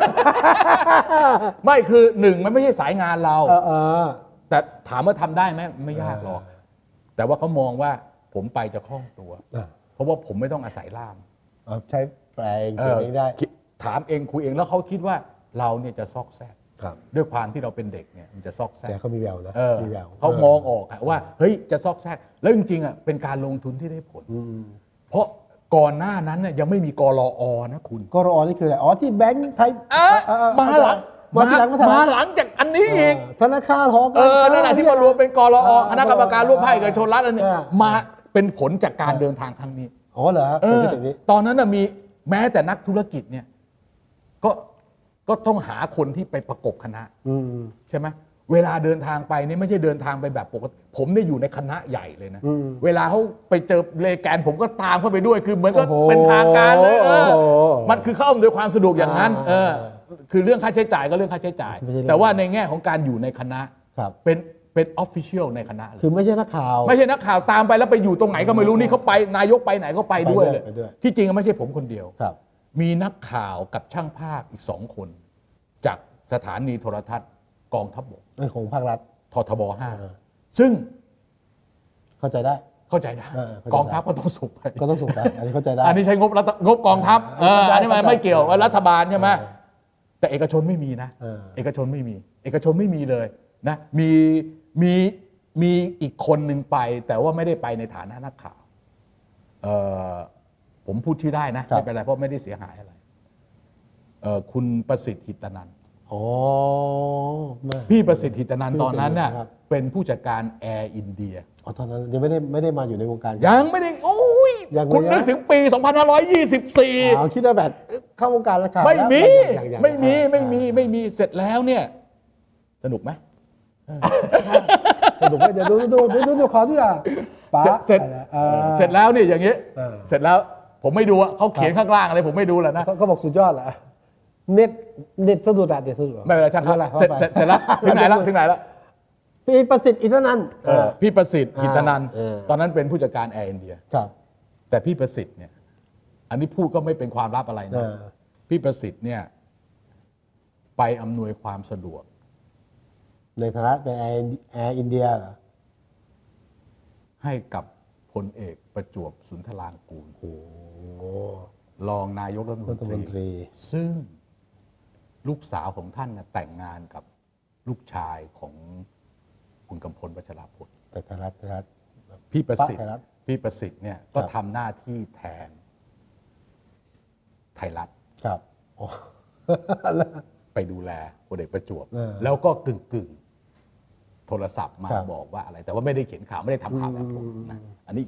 ไม่คือหนึ่งมันไม่ใช่สายงานเราแต่ถามว่าทำได้ไหมไม่ยากหรอกแต่ว่าเขามองว่าผมไปจะคล่องตัวเพราะว่าผมไม่ต้องอาศัยล่ามใช้แปลงเองได้ถามเองคุยเองแล้วเขาคิดว่าเราเนี่ยจะซอกแซกด้วยความที่เราเป็นเด็กเนี่ยมันจะซอกแซกแต่เขามีแววนะมีแววเขามองออกว่าเฮ้ยจะซอกแซกแล้วจริงๆเป็นการลงทุนที่ได้ผลเพราะก่อนหน้านั้นเนี่ยยังไม่มีกรอ.นะคุณกรอ.นี่คืออะไรที่แบงก์ไทยมาหลังจากอันนี้อีกธนาคารหอการนั่นแหละที่มารวมเป็นกรอ.คณะกรรมการร่วมภาคเอกชนรัฐอันนี้มาเป็นผลจากการเดินทางครั้งนี้เหรอตอนนั้นมีแม้แต่นักธุรกิจเนี่ยก็ต้องหาคนที่ไปประกบคณะใช่ไหมเวลาเดินทางไปนี่ไม่ใช่เดินทางไปแบบปกติผมได้อยู่ในคณะใหญ่เลยนะเวลาเขาไปเจอเลแกนผมก็ตามเข้าไปด้วยคือเหมือนก็เป็นทางการเลยมันคือเข้าอำนวยความสะดวกอย่างนั้นคือเรื่องค่าใช้จ่ายก็เรื่องค่าใช้จ่ายแต่ว่าในแง่ของการอยู่ในคณะเป็นออฟฟิเชียลในคณะคือไม่ใช่นักข่าวตามไปแล้วไปอยู่ตรงไหนก็ไม่รู้นี่เขาไปนายกไปไหนก็ไปด้วยเลยที่จริงไม่ใช่ผมคนเดียวมีนักข่าวกับช่างภาพอีก2 คนจากสถานีโทรทัศน์กองทัพบกของภาครัฐททบ5ซึ่งเข้าใจได้กองทัพก็ต้องส่งไปอันนี้เข้าใจได้อันนี้ใช้งบกองทัพอันนี้มันไม่เกี่ยวกับรัฐบาลใช่ไหมแต่เอกชนไม่มีนะเอกชนไม่มีเลยนะมีอีกคนหนึ่งไปแต่ว่าไม่ได้ไปในฐานะนักข่าวผมพูดชื่อได้นะไม่เป็นไรเพราะไม่ได้เสียหายอะไรคุณประสิทธิ์หิตนันท์พี่ประสิทธิ์หิตนันท์ตอนนั้นน่ะเป็นผู้จัดการแอร์อินเดียตอนนั้นยังไม่ได้มาอยู่ในวงการยังไม่ได้โอ้ยคุณนึกถึงปี2524 คิดว่าแบบเข้าวงการแล้วครับไม่มีเสร็จแล้วเนี่ยสนุกไหมสนุกไหมเดี๋ยวดูขอที่เสร็จแล้วเนี่ยอย่างนี้เสร็จแล้วผมไม่ดูเขาเขียนข้างล่างอะไรผมไม่ดูแล้วนะเขาบอกสุดยอดแหละเน็ตสะดุดเด็ดสะดุดไม่เป็นไรช่างเขาเสร็จแล้วถึงไหนแล้วพี่ประสิทธิ์อินทนันท์พี่ประสิทธิ์อินทนันท์ตอนนั้นเป็นผู้จัดการแอร์อินเดียแต่พี่ประสิทธิ์เนี่ยอันนี้พูดก็ไม่เป็นความลับอะไรนะพี่ประสิทธิ์เนี่ยไปอำนวยความสะดวกในฐานะเป็นแอร์อินเดียเหรอให้กับพลเอกประจวบสุนทรางกูลรองนายกรัฐมนตรีซึ่งลูกสาวของท่านแต่งงานกับลูกชายของคุณกำพลวัชรพลแต่ไทยรัฐพี่ประสิทธิ์เนี่ยก็ทำหน้าที่แทนไทยรัฐครับไปดูแลพลเอกประจวบแล้วก็กึ่งโทรศัพท์มาบอกว่าอะไรแต่ว่าไม่ได้เขียนข่าวไม่ได้ทำข่าวแบบผมนะอันนี้อีก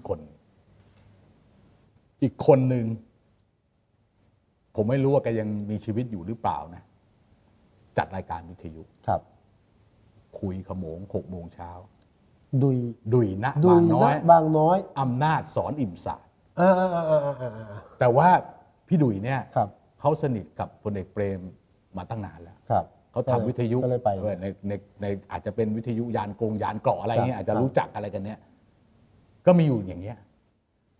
คนหนึ่งผมไม่รู้ว่าแกยังมีชีวิตอยู่หรือเปล่านะจัดรายการวิทยุคุยขโมง6 โมงเช้าดุยณบางน้อยอำนาจสอนอิ่มศาสตร์แต่ว่าพี่ดุยเนี่ยเขาสนิทกับพลเอกเปรมมาตั้งนานแล้วเขาทำวิทยุในอาจจะเป็นวิทยุยานเกราะอะไรเงี้ยอาจจะรู้จักอะไรกันเนี้ยก็มีอยู่อย่างเงี้ย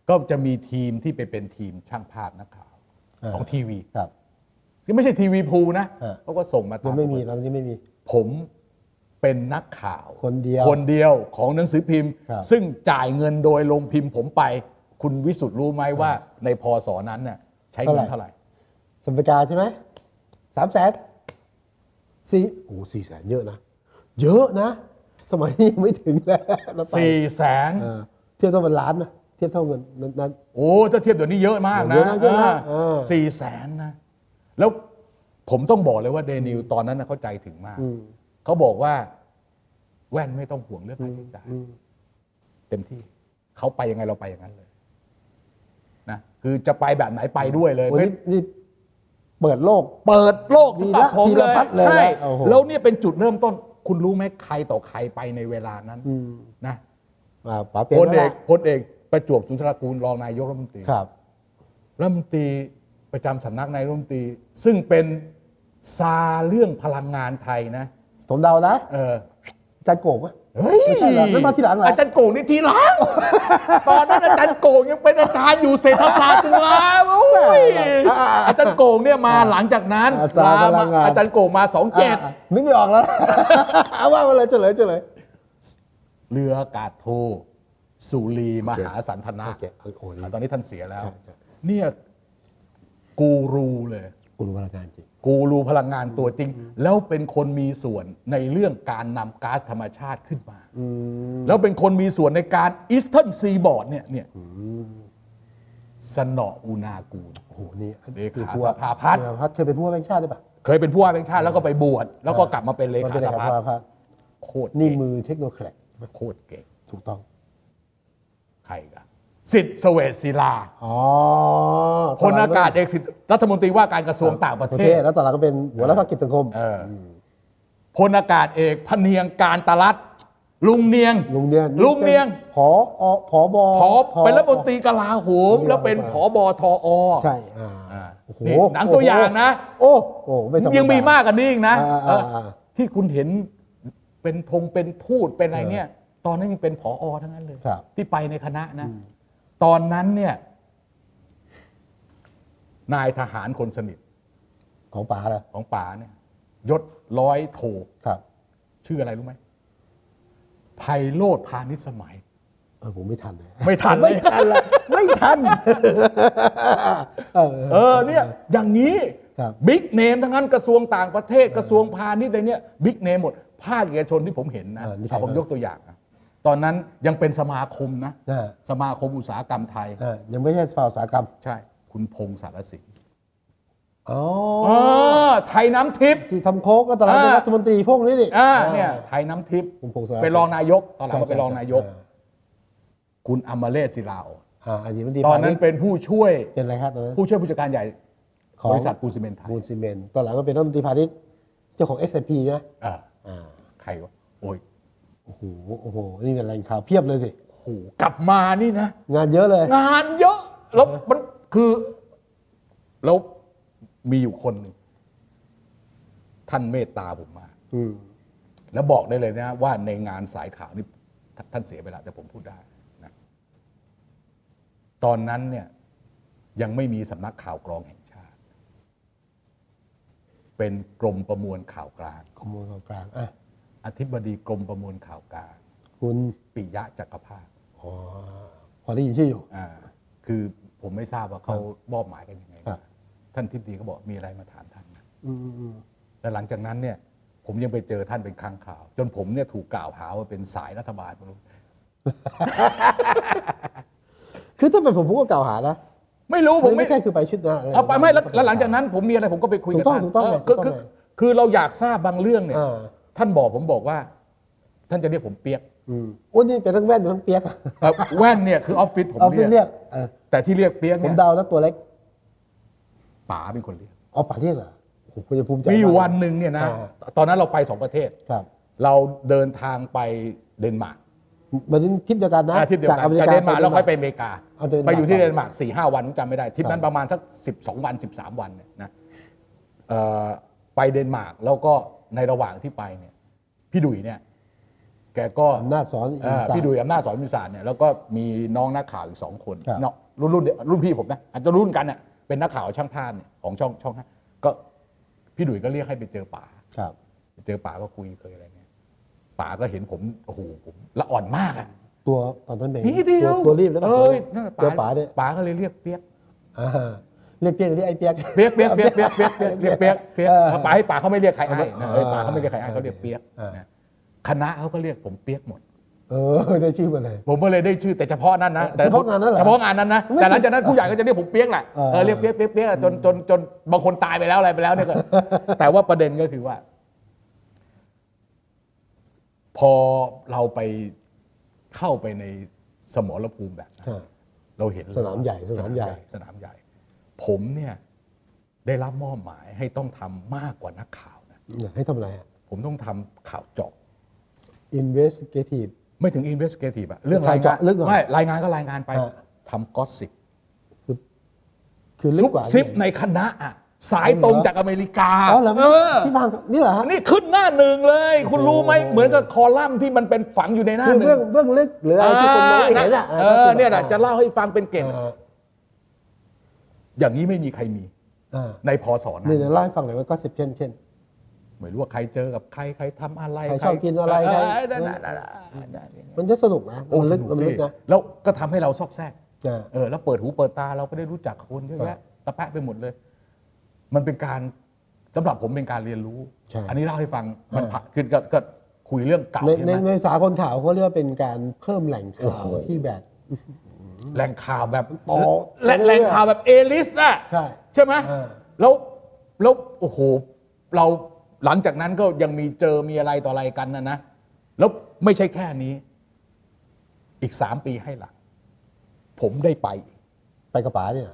ก็จะมีทีมที่ไปเป็นทีมช่างภาพนักข่าวของทีวีครับที่ไม่ใช่ทีวีพูนะเขาก็ส่งมาตามไม่มีตอนนี้ไม่มีผมเป็นนักข่าวคนเดียวของหนังสือพิมพ์ ซึ่งจ่ายเงินโดยลงพิมพ์ผมไป คุณวิสุทธ์รู้ไหมว่าในพศนั้นน่ะใช้เงินเท่าไหร่สมปกาใช่ไหม400,000 เยอะนะสมัยนี้ไม่ถึงแล้ว 400,000 เทียบเท่าเป็นล้านนะเทียบเท่าเงินนั้นโอ้ถ้าเทียบเดี๋ยวนี้เยอะมากนะ400,000นะแล้วผมต้องบอกเลยว่าเดนิวตอนนั้นเข้าใจถึงมากเขาบอกว่าแว่นไม่ต้องห่วงเรื่องค่าใช้จ่ายเต็มที่เขาไปยังไงเราไปอย่างนั้นเลยนะคือจะไปแบบไหนไปด้วยเลยนี่เปิดโลกสำหรับผมเลยใช่แล้วเนี่ยเป็นจุดเริ่มต้นคุณรู้ไหมใครต่อใครไปในเวลานั้นนะพลเอกประจวบสุนทรกูลรองนายกรัฐมนตรีรัฐมนตรีประจำสำนักนายรัฐมนตรีซึ่งเป็นซาเรื่องพลังงานไทยนะผมเดานะอาจารย์โกงเฮ้ยไม่มาทีหลังเหรออาจารย์โกงนี่ทีหลังตอนนั้นอาจารย์โกงยังเป็นอาจารย์อยู่เศรษฐศาสตร์จุฬาอาจารย์โกงเนี่ยมาหลังจากนั้นอาจารย์โกงมา27 นึกไม่ออกแล้วเอาว่ามาเลยเฉลยเรืออากาศโทสุรีมหาสันทนะตอนนี้ท่านเสียแล้วเนี่ยกูรูเลยกูรูพลังงานจริงกูรูพลังงานตัวจริงแล้วเป็นคนมีส่วนในเรื่องการนำก๊าซธรรมชาติขึ้นมาแล้วเป็นคนมีส่วนในการอีสเทิร์นซีบอร์ดเนี่ยสนออุณากูลโอ้โหนี่เลขาสภาพัฒน์เคยเป็นผู้ว่าแบงค์ชาติได้ปะเคยเป็นผู้ว่าแบงค์ชาติแล้วก็ไปบวชแล้วก็กลับมาเป็นเลขาสภาพัฒน์โคตรนี่มือเทคโนแครกโคตรเก่งถูกต้องใครกันสิทธิ์เสวตศิลาพลอากาศเอกสิทธิ์รัฐมนตรีว่าการกระทรวงต่างประเทศแล้วตอนหลังก็เป็นหัวหน้าภาคกิจสังคมพลอากาศเอกพเนียงการตรัสลุงเนียงผบเป็นรัฐมนตรีกลาโหมแล้วเป็นผบทอใช่หนังตัวอย่างนะโอ้ยังมีมากกว่านี้อีกนะที่คุณเห็นเป็นเป็นทูตเป็นอะไรเนี่ยตอนนั้นยังเป็นผอทั้งนั้นเลยที่ไปในคณะนะตอนนั้นเนี่ยนายทหารคนสนิทของป๋าเนี่ยยศร้อยโทชื่ออะไรรู้ไหมไพโรจน์พานิชสมัยผมไม่ทันเลยไม่ทันเนี่ยอย่างนี้บิ๊กเนมทั้งนั้นกระทรวงต่างประเทศกระทรวงพาณิชย์อะไรเนี่ยบิ๊กเนมหมดภาคเอกชนที่ผมเห็นนะผมยกตัวอย่างตอนนั้นยังเป็นสมาคมนะสมาคมอุตสาหกรรมไทยยังไม่ใช่สภาอุตสาหกรรมใช่คุณพงษ์สารสินไทยน้ำทิพย์ที่ทำโค้กก็ตอนนั้นเป็นรัฐมนตรีพวกนี้ดิเนี่ยไทยน้ำทิพย์เป็นรองนายกตอนหลังก็เป็นรองนายกคุณอมรเรศศิลาอ่อนตอนนั้นเป็นผู้ช่วยเป็นอะไรครับตอนนั้นผู้ช่วยผู้จัดการใหญ่บริษัทปูนซีเมนต์ไทยปูนซีเมนต์ตอนหลังก็เป็นรัฐมนตรีพาณิชย์เจ้าของ S&P ใช่ไหมใครวะโอ้โหนี่เป็นแรงข่าวเพียบเลยสิกลับมานี่นะงานเยอะเลยงานเยอะแล้วมันคือแล้วมีอยู่คนหนึ่งท่านเมตตาผมมากแล้วบอกได้เลยนะว่าในงานสายข่าวนี่ท่านเสียไปแล้วแต่ผมพูดได้นะตอนนั้นเนี่ยยังไม่มีสำนักข่าวกรองแห่งชาติเป็นกรมประมวลข่าวกลางอธิบดีกรมประมวลข่าวกลางคุณปิยะจักรภาคพอได้ยินชื่ออยู่คือผมไม่ทราบว่าเขามอบหมายกันยังไงท่านทิพดีเขาบอกมีอะไรมาถามท่านแต่หลังจากนั้นเนี่ยผมยังไปเจอท่านเป็นครั้งคราวจนผมเนี่ยถูกกล่าวหาว่าเป็นสายรัฐบาลคือถ้าเป็นผมก็กล่าวหานะไม่รู้ผมไม่ใช่คือไปชุดนะเอาไปไม่แล้วหลังจากนั้นผมมีอะไรผมก็ไปคุยกับท่านคือเราอยากทราบบางเรื่องเนี่ยท่านผมบอกว่าท่านจะเรียกผมเปียกอ้วนนี่เป็นทั้งแว่นทั้งเปียกแว่นเนี่ยคือออฟฟิศผมเรียกแต่ที่เรียกเปียกผมเดาแล้วตัวเล็กป๋าเป็นคนเรียกป๋าเรียกเหรอผมจะภูมิใจมีอยู่วันหนึ่งเนี่ยนะตอนนั้นเราไป2ประเทศเราเดินทางไปเดนมาร์กมาที่ทริปเดียวกันนะจากเดนมาร์กแล้วค่อยไปอเมริกาไปอยู่ที่เดนมาร์ก 4-5 วันจำไม่ได้ทริปนั้นประมาณสัก12 วัน 13 วันเนี่ยนะไปเดนมาร์กแล้วก็ในระหว่างที่ไปเนี่ยพี่ดุยเนี่ยแกก็อำนาจสอนอินทร์พี่ดุยอำนาจสอนอินทร์ศาสตร์เนี่ยแล้วก็มีน้องนักข่าวอีก2 คนครับเนาะรุ่นพี่ผมนะอาจจะรุ่นกันเนี่ยเป็นนักข่าวช่างภาพเนี่ยของช่องก็พี่ดุยก็เรียกให้ไปเจอป๋าครับไปเจอป๋าก็คุยเคยอะไรเนี่ยป๋าก็เห็นผมโอ้โหผมละอ่อนมากอ่ะตัวตอนนั้นเป็นนิดเดียวตัวรีบแล้วนั่นแหละเจอป๋าเนี่ยป๋าก็เลยเรียกเปียกเรียกเปียกหรือไอ้เปียกเรียกเปียกป๋าให้ป๋าเขาไม่เรียกใครไอ้ป๋าเขาไม่เรียกใครไอ้เขาเรียกเปียกนะคณะเขาก็เรียกผมเปียกหมดได้ชื่อมาเลยผมก็เลยได้ชื่อแต่เฉพาะนั้นนะเฉพาะงานนั้นเหรอเฉพาะงานนั้นนะแต่หลังจากนั้นผู้ใหญ่ก็จะเรียกผมเปียกแหละเรียกเปียกจนบางคนตายไปแล้วอะไรไปแล้วเนี่ยก็ แต่ว่าประเด็นก็คือว่า พอเราไปเข้าไปในสมรภูมิแบบนั้นเราเห็นสนามใหญ่ผมเนี่ยได้รับมอบหมายให้ต้องทำมากกว่านักข่าวนะให้ทำอะไรผมต้องทำข่าวเจาะ investigative ไม่ถึง investigative อะเรื่องรายงานเจาะลึกเหรอไม่รายงานก็รายงานไปทำก็อสซิปคือลึกซุบกว่าซิปในคณะอะสายตรงจากอเมริกาเหรอที่บางนี่เหรอฮะนี่ขึ้นหน้าหนึ่งเลย คุณรู้ไหมเหมือนกับคอลัมน์ที่มันเป็นฝังอยู่ในหน้าคือหนึ่งเบื้องลึกหรืออะไรที่คนมองไม่เห็นอ่ะเนี่ยแหละจะเล่าให้ฟังเป็นเก่งอย่างนี้ไม่มีใครมีในพศนั้นนี่เดี๋ยวเล่าให้ฟังหน่อยว่าก็สิบเช่นไม่รู้ว่าใครเจอกับใครทำอะไรใครชอบกินอะไรมันจะสนุกนะโอ้สนุกมันสิลึกนะแล้วก็ทำให้เราซอกแซกแล้วเปิดหูเปิดตาเราก็ได้รู้จักคนเยอะแยะตะแปะไปหมดเลย มันเป็นการสำหรับผมเป็นการเรียนรู้ อันนี้เล่าให้ฟังมันคือก็คุยเรื่องเก่าในสากลข่าวเขาเรียกว่าเป็นการเพิ่มแหล่งข่าวที่แบบแหล่งข่าวแบบต่อแหล่งข่าวแบบเอลิสอะ ใช่ไหมแล้วโอ้โหเราหลังจากนั้นก็ยังมีอะไรต่ออะไรกันนะแล้วไม่ใช่แค่นี้อีก3 ปีให้หลังผมได้ไปกระป๋าเนี่ย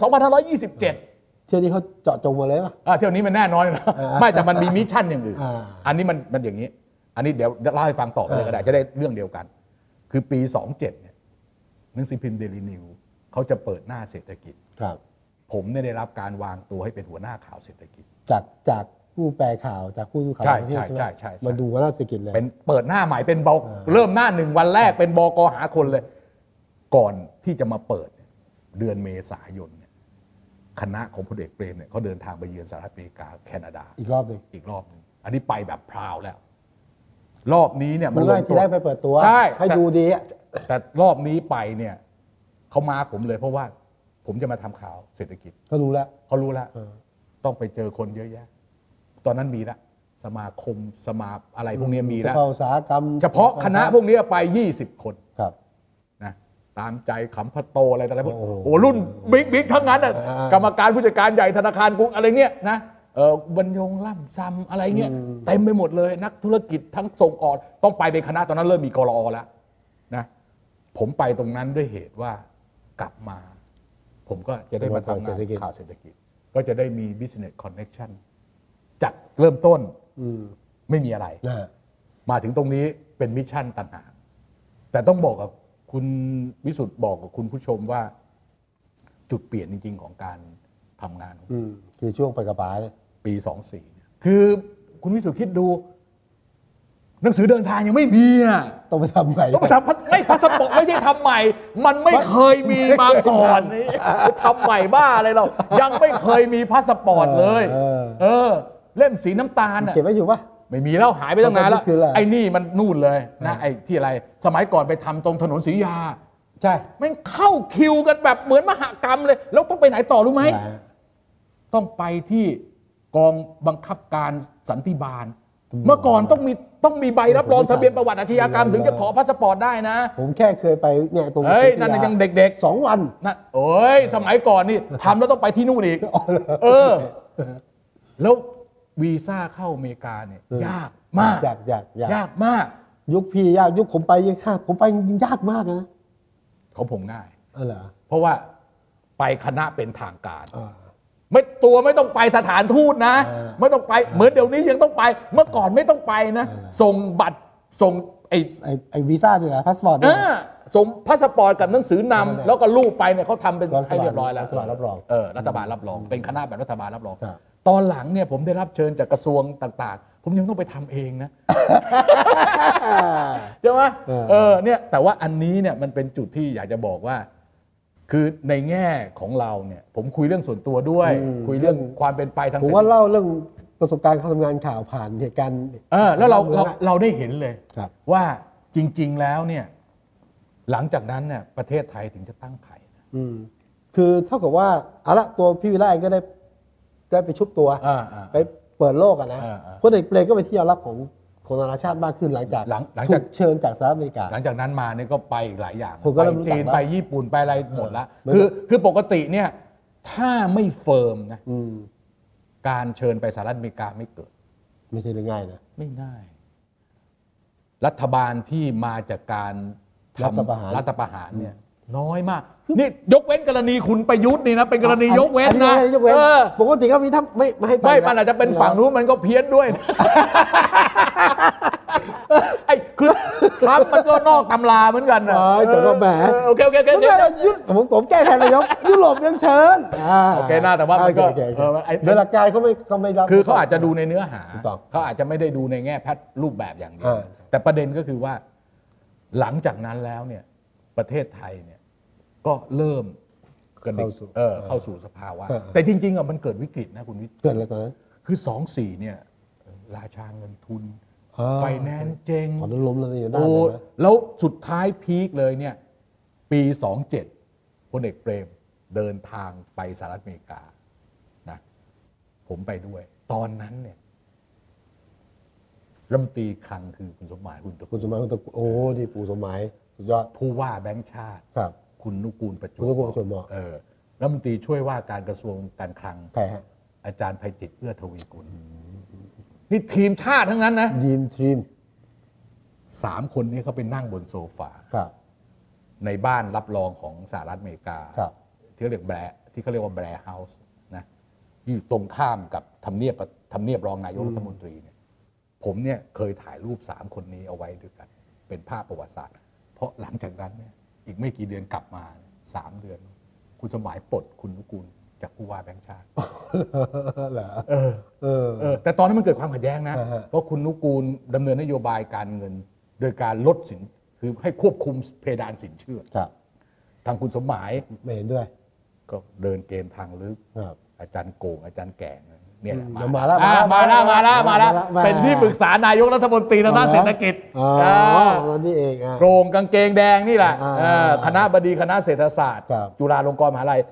2527 เที่ยวนี้เขาเจาะจงมาเลยป่ะเที่ยวนี้มันแน่นอนนะไม่แต่มันมีมิชชั่นอย่างอื่นอันนี้มันอย่างนี้อันนี้เดี๋ยวเล่าให้ฟังต่อไปเลยก็ได้จะได้เรื่องเดียวกันคือปี27เนี่ยหนังสือพิมพ์เดลินิวเขาจะเปิดหน้าเศรษฐกิจครับผมได้รับการวางตัวให้เป็นหัวหน้าข่าวเศรษฐกิจจากผู้แปลข่าวจากผู้ดูข่าวใช่มาดูว่าเศรษฐกิจเลยเป็นเปิดหน้าใหม่เป็นเริ่มหน้า1 วันแรกเป็นบก.หาคนเลยก่อนที่จะมาเปิดเดือนเมษายนคณะของพลเอกเปรมเนี่ยเขาเดินทางไปเยือนสหรัฐอเมริกาแคนาดาอีกรอบหนึ่งอันนี้ไปแบบพราวแล้วรอบนี้เนี่ยมันที่ได้ไปเปิดตัวให้ดูดีแต่รอบนี้ไปเนี่ยเขามาผมเลยเพราะว่าผมจะมาทำข่าวเศรษฐกิจเขารู้แล้วต้องไปเจอคนเยอะแยะตอนนั้นมีแล้วสมาคมอะไรพวกนี้มีแล้วอุตสาหกรรมเฉพาะคณะพวกนี้ไป20 คนครับนะตามใจขำพะโตอะไรต่างๆโอ้รุ่นบิ๊กทั้งนั้นกรรมการผู้จัดการใหญ่ธนาคารกรุงอะไรเงี้ยนะบรรยงล่ำซ้ำอะไรเงี้ยเต็มไปหมดเลยนักธุรกิจทั้งส่งออกต้องไปเป็นคณะตอนนั้นเริ่มมีกรอแล้วนะผมไปตรงนั้นด้วยเหตุว่ากลับมาผมก็จะได้มาทำงานข่าวเศรษฐกิจก็จะได้มี business connection จากเริ่มต้นไม่มีอะไรมาถึงตรงนี้เป็นมิชชั่นต่างหากแต่ต้องบอกกับคุณวิสุทธ์บอกกับคุณผู้ชมว่าจุดเปลี่ยนจริงๆของการทำงานคือช่วงไปกระป๋าปี24คือคุณวิสุทธ์คิดดูหนังสือเดินทางยังไม่มีต้องไปทำใหม่ต้องไปทำไม่พาสปอร์ตไม่ใช่ทำใหม่มันไม่เคยมีมาก่อนทำใหม่บ้าอะไรเรายังไม่เคยมีพาสปอร์ตเลยเล่มสีน้ำตาลเก็บไว้อยู่ปะไม่มีแล้วหายไปตั้งนานแล้วไอ้นี่มันนู่นเลยนะไอ้ที่อะไรสมัยก่อนไปทำตรงถนนศรียาใช่แม่งเข้าคิวกันแบบเหมือนมหกรรมเลยแล้วต้องไปไหนต่อรู้ไหมต้องไปที่กองบังคับการสันติบาลเมื่อก่อนต้องมีใบรับรองทะเบียนประวัติอาชญากรรมถึงจะขอพาสปอร์ตได้นะผมแค่เคยไปเนี่ยตรงนั่นยังเด็กๆ2 วันนั่นสมัยก่อนนี่ทำแล้วต้องไปที่นู่นอีกแล้ววีซ่าเข้าอเมริกาเนี่ยยากมากยากมากยุคพี่ยากยุคผมไปยังข้าผมไปยากมากนะของผมง่ายเหรอเพราะว่าไปคณะเป็นทางการไม่ต้องไปสถานทูตนะไม่ต้องไปเหมือนเดี๋ยวนี้ยังต้องไปเมื่อก่อนไม่ต้องไปนะส่งบัตรส่งไอ้วีซ่านี่แหละพาสปอร์ตส่งพาสปอร์ตกับหนังสือนำแล้วก็รูปไปเนี่ยเขาทำเป็นให้เรียบร้อยแล้วรัฐบาลรับรองรัฐบาลรับรองเป็นคณะแบบรัฐบาลรับรองตอนหลังเนี่ยผมได้รับเชิญจากกระทรวงต่างๆผมยังต้องไปทำเองนะ ใช่ไหมเนี่ยแต่ว่าอันนี้เนี่ยมันเป็นจุดที่อยากจะบอกว่า คือในแง่ของเราเนี่ยผมคุยเรื่องส่วนตัวด้วย คุยเรื่องความเป็นไปทางผมว่าเล่าเรื่องประสบการณ์การทำงานข่าวผ่านเหตุการณ์แล้วเราได้เห็นเลยว่าจริงๆแล้วเนี่ยหลังจากนั้นเนี่ยประเทศไทยถึงจะตั้งไข่คือเท่ากับว่าเอาละตัวพี่วิระเองก็ได้ไปชุบตัวไปเปิดโลกนะพลเอกเปรมก็เป็นที่ยอมรับของนานาชาติมากขึ้นหลังจากถูกเชิญจากสหรัฐอเมริกาหลังจากนั้นมาเนี่ยก็ไปอีกหลายอย่างไปจีนไปญี่ปุ่นไปอะไรหมดละคือปกติเนี่ยถ้าไม่เฟิร์มนะการเชิญไปสหรัฐอเมริกาไม่เกิดไม่ใช่เรื่องง่ายนะไม่ง่ายรัฐบาลที่มาจากการทำรัฐประหารเนี่ยน้อยมากนี่ยกเว้นกรณีคุณประยุทธ์นี่นะเป็นกรณียกเว้นนะปกติก็มีถ้าไม่ให้ไม่มันอาจจะเป็นฝั่งนู้นมันก็เพี้ยนด้วยไอ้คือทรัมป์มันก็นอกตำราเหมือนกันนะแต่ก็แหมโอเคผมแก้แทนนายกยุโรปยังเชิญโอเคนะแต่ว่ามันก็โดยหลักการเขาไม่รับคือเขาอาจจะดูในเนื้อหาเขาอาจจะไม่ได้ดูในแง่แพทย์รูปแบบอย่างเดียวแต่ประเด็นก็คือว่าหลังจากนั้นแล้วเนี่ยประเทศไทยเนี่ยก็เริ่มเข้าสู่สภาวะแต่จริงๆมันเกิดวิกฤตนะคุณวิทย์เกิดอะไรตอนนั้นคือ24เนี่ยราชาเงินทุนไฟแนนซ์เจ๊งล้มแล้วนี่แล้วสุดท้ายพีคเลยเนี่ยปี27พลเอกเปรมเดินทางไปสหรัฐอเมริกานะผมไปด้วยตอนนั้นเนี่ยรัฐมนตรีคลังคือคุณสมหมายคุณตะโอ้ที่ปู่สมหมายสุดยอดผู้ว่าแบงก์ชาติครับคุณนุกูลประจวบเหมาะรัฐมนตรีช่วยว่าการกระทรวงการคลังใครฮะอาจารย์ไพจิตรเอื้อทวีกุลนี่ทีมชาติทั้งนั้นนะทีม 3 คนนี้เขาไปนั่งบนโซฟาในบ้านรับรองของสหรัฐอเมริกาที่เรียกว่าแบร์เฮาส์นะอยู่ตรงข้ามกับทำเนียบรองนายกรัฐมนตรีเนี่ยผมเนี่ยเคยถ่ายรูป3 คนนี้เอาไว้ด้วยกันเป็นภาพประวัติศาสตร์เพราะหลังจากนั้นเนี่ยอีกไม่กี่เดือนกลับมา3 เดือนคุณสมัยปลดคุณนุกูลจากผู้ว่าแบงก์ชาติแต่ตอนนั้นมันเกิดความขัดแย้งนะเพราะคุณนุกูลดำเนินนโยบายการเงินโดยการลดสินคือให้ควบคุมเพดานสินเชื่อทางคุณสมัยไม่เห็นด้วยก็เดินเกมทางลึกอาจารย์โกงอาจารย์แก่เนี่ยมาแล้วเป็นที่ปรึกษานายกรัฐมนตรีทางด้านเศรษฐกิจนี่เองโกงกางเกงแดงนี่แหละคณะบดีคณะเศรษฐศาสตร์จุฬาลงกรณ์มหาวิทยาลัย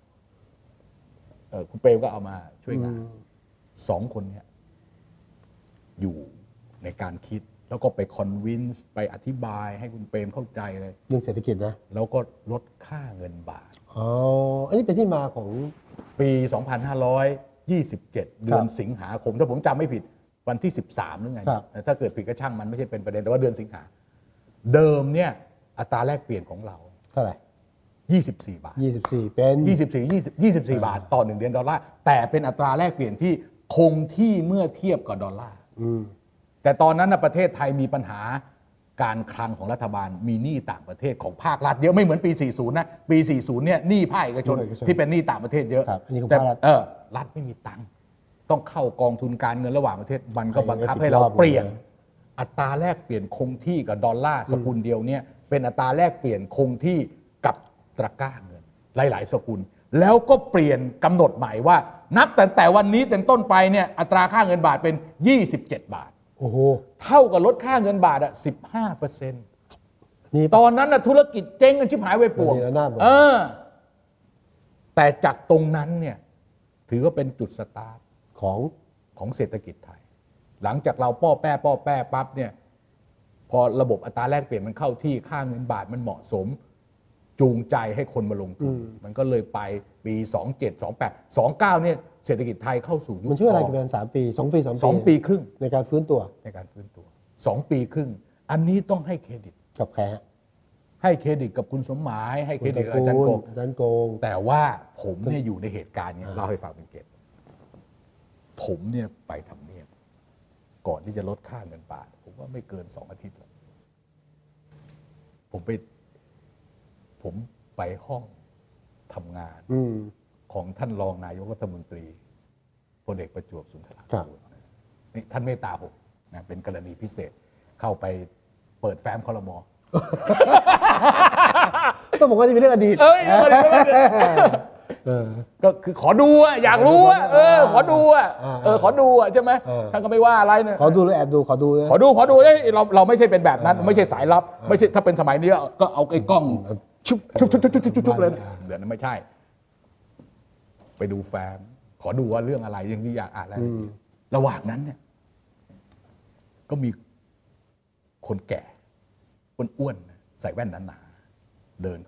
คุณเปรมก็เอามาช่วยงาน2 คนนี้อยู่ในการคิดแล้วก็ไปคอนวินส์ไปอธิบายให้คุณเปรมเข้าใจเลยเรื่องเศรษฐกิจนะแล้วก็ลดค่าเงินบาทอันนี้เป็นที่มาของปี 2527 เดือนสิงหาคมถ้าผมจำไม่ผิดวันที่13หรือไงถ้าเกิดผิดก็ช่างมันไม่ใช่เป็นประเด็นแต่ว่าเดือนสิงหาเดิมเนี่ยอัตราแลกเปลี่ยนของเราเท่าไหร่ 24 บาท 24เป็น 24 บาทต่อ1 เหรียญดอลลาร์แต่เป็นอัตราแลกเปลี่ยนที่คงที่เมื่อเทียบกับดอลลาร์แต่ตอนนั้นประเทศไทยมีปัญหาการคลังของรัฐบาลมีหนี้ต่างประเทศของภาครัฐเยอะไม่เหมือนปี40นะปี40เนี่ยหนี้ภาคเอกชนที่เป็นหนี้ต่างประเทศเยอะแต่รัฐไม่มีตังค์ต้องเข้ากองทุนการเงินระหว่างประเทศมันก็บังคับให้เราเปลี่ยนอัตราแลกเปลี่ยนคงที่กับดอลลาร์สกุลเดียวเนี่ยเป็นอัตราแลกเปลี่ยนคงที่กับตะกร้าเงินหลายๆสกุลแล้วก็เปลี่ยนกำหนดใหม่ว่านับแต่วันนี้เป็นต้นไปเนี่ยอัตราค่าเงินบาทเป็น27 บาทโอ้โหเท่ากับลดค่าเงินบาท15%นี่ตอนนั้นธุรกิจเจ๊งกันชิบหายไว้ป่วงแต่จากตรงนั้นเนี่ยถือว่าเป็นจุดสตาร์ทของเศรษฐกิจไทยหลังจากเราป้อแป้ปั๊บเนี่ยพอระบบอัตราแลกเปลี่ยนมันเข้าที่ค่าเงินบาทมันเหมาะสมจูงใจให้คนมาลงทุนมันก็เลยไปปี27 28 29เนี่ยเศรษฐกิจไทยเข้าสู่ยุคมันช่วยอะไรกัน3 ปี2 ปีครึ่งในการฟื้นตัว 2 ปีครึ่งอันนี้ต้องให้เครดิตกับใครให้เครดิตกับคุณสมหมายให้เครดิตกับอาจารย์โกงแต่ว่าผมเนี่ยอยู่ในเหตุการณ์นี้เล่าให้ฟังเป็นเกร็ดผมเนี่ยไปทำเนียบก่อนที่จะลดค่าเงินบาทผมว่าไม่เกิน2 อาทิตย์แล้วผมไปห้องทำงานของท่านรองนายกรัฐมนตรีพลเอกประจวบสุนทรภู่นี่ท่านเมตตาผมนะเป็นกรณีพิเศษเข้าไปเปิดแฟ้มครม. ต้องบอกว่านี่เป็นเรื่องอดีตก็คือขอดูอะอยากรู้อะขอดูอะขอดูอะใช่ไหมท่านก็ไม่ว่าอะไรเนี่ยขอดูหรือแอบดูขอดูเราไม่ใช่เป็นแบบนั้นไม่ใช่สายลับไม่ใช่ถ้าเป็นสมัยนี้ก็เอาไอ้กล้องชุบเลยเดี๋ยวนั้นไม่ใช่ไปดูแฟ้มขอดูว่าเรื่องอะไรอย่างที่อยากอ่านอะไรระหว่างนั้นเนี่ยก็มีคนแก่อ้วนๆใส่แว่นหนาๆเดิน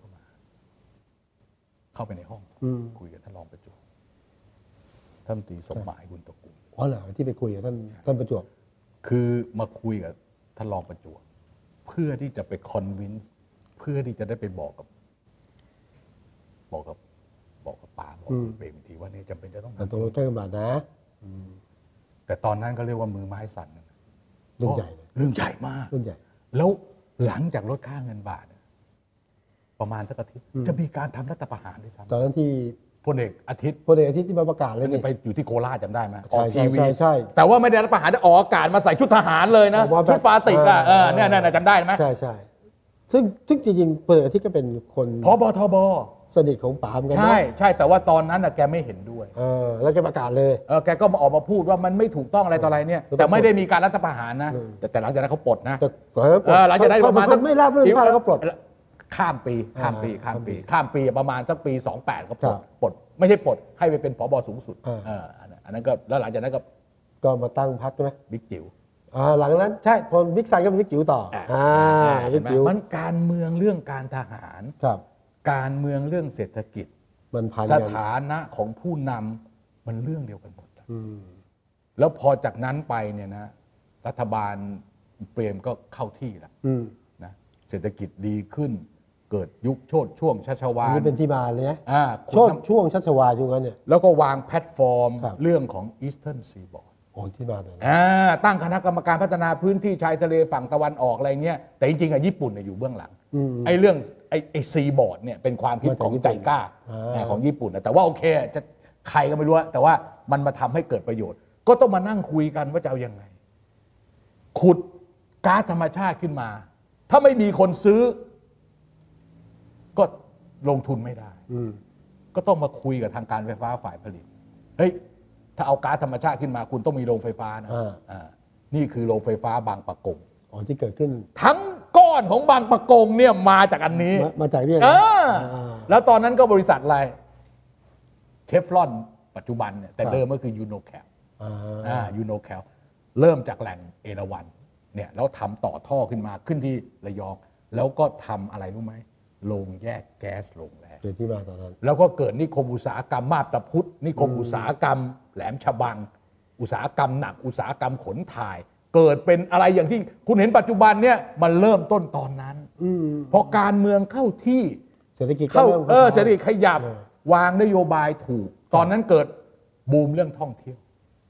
เข้าไปในห้องคุยกับท่านรองประจวบท่านตรีสมหมายบุญตระกูลอ๋อเหรอที่ไปคุยกับท่านประจวบคือมาคุยกับท่านรองประจวบเพื่อที่จะไปคอนวินส์เพื่อที่จะได้ไปบอกกับป๋าบอกเบรมทีว่านี่จำเป็นจะต้องตรงรถใช้กำลังนะแต่ตอนนั้นก็เรียกว่ามือไม้สั่นเรื่องใหญ่เรื่องใหญ่มากเรื่องใหญ่แล้วหลังจากลดค่าเงินบาทประมาณสักอาทิตย์จะมีการทำรัฐประหารด้วยซ้ำตอนนั้นที่พลเอกอาทิตย์ที่มาประกาศเลยไปอยู่ที่โคราชจำได้ไหมออกทีวีใช่แต่ว่าไม่ได้รัฐประหารออกอากาศมาใส่ชุดทหารเลยนะชุดฟาติกเนี่ยจำได้ไหมใช่ซึ่งจริงๆพลเอกอาทิตย์ก็เป็นคนผบ.ทบ. สนิทของป๋าเหมือนกันใช่แต่ว่าตอนนั้นแกไม่เห็นด้วยแล้วแกประกาศเลยแกก็มาออกมาพูดว่ามันไม่ถูกต้องอะไรต่ออะไรเนี่ยแต่ไม่ได้มีการรัฐประหารนะแต่หลังจากนั้นเขาปลดนะหลังจากนั้นประมาณไม่รับเรื่องท่านแล้วก็ปลดข้ามปีประมาณสักปี28ก็ปลดไม่ใช่ปลดให้ไปเป็นผบ.สูงสุดอันนั้นก็แล้วหลังจากนั้นก็มาตั้งพรรคใช่ไหมบิ๊กจิ๋วหลังนั้นใช่พอบิ๊กซันก็เป็นบิ๊กจิ๋วต่อบิ๊กจิ๋วมันการเมืองเรื่องการทหารการเมืองเรื่องเศรษฐกิจสถานะของผู้นำมันเรื่องเดียวกันหมดแล้วพอจากนั้นไปเนี่ยนะรัฐบาลเปรมก็เข้าที่แล้วนะเศรษฐกิจดีขึ้นเกิดยุคโชติช่วงชัชวาลนี่เป็นที่มาเลยนะโชติช่วงชัชวาลอยู่กันเนี่ยแล้วก็วางแพลตฟอร์มเรื่องของ Eastern Seaboard ที่มาเลยตั้งคณะกรรมการพัฒนาพื้นที่ชายทะเลฝั่งตะวันออกอะไรเงี้ยแต่จริงๆญี่ปุ่นอยู่เบื้องหลังไอ้เรื่องไอ้ซีบอร์ดเนี่ยเป็นความคิดของใจกล้าของญี่ปุ่นแต่ว่าโอเคจะใครก็ไม่รู้แต่ว่ามันมาทำให้เกิดประโยชน์ก็ต้องมานั่งคุยกันว่าจะเอายังไงขุดก๊าซธรรมชาติขึ้นมาถ้าไม่มีคนซื้อก็ลงทุนไม่ได้ก็ต้องมาคุยกับทางการไฟฟ้าฝ่ายผลิตเฮ้ยถ้าเอาก๊าซธรรมชาติขึ้นมาคุณต้องมีโรงไฟฟ้านะนี่คือโรงไฟฟ้าบางปะกงที่เกิดขึ้นทั้งก้อนของบางปะกงเนี่ยมาจากอันนี้มาจากนี่แล้วตอนนั้นก็บริษัทอะไรเทฟลอนปัจจุบันเนี่ยแต่เดิมก็คือยูโนแคลยูโนแคลเริ่มจากแหล่งเอราวัณเนี่ยแล้วทำต่อท่อขึ้นมาขึ้นที่ระยองแล้วก็ทำอะไรรู้ไหมโรงแยกแก๊สลงแล้วเป็นที่มาตอนนั้นแล้วก็เกิดนิคมอุตสาหกรรมมาบตาพุธนิคมอุตสาหกรรมแหลมฉบังอุตสาหกรรมหนักอุตสาหกรรมขนถ่ายเกิดเป็นอะไรอย่างที่คุณเห็นปัจจุบันเนี่ยมันเริ่มต้นตอนนั้นพอการเมืองเข้าที่เศรษฐกิจเข้าเศรษฐกิจขยับวางนโยบายถูกตอนนั้นเกิดบูมเรื่องท่องเที่ยว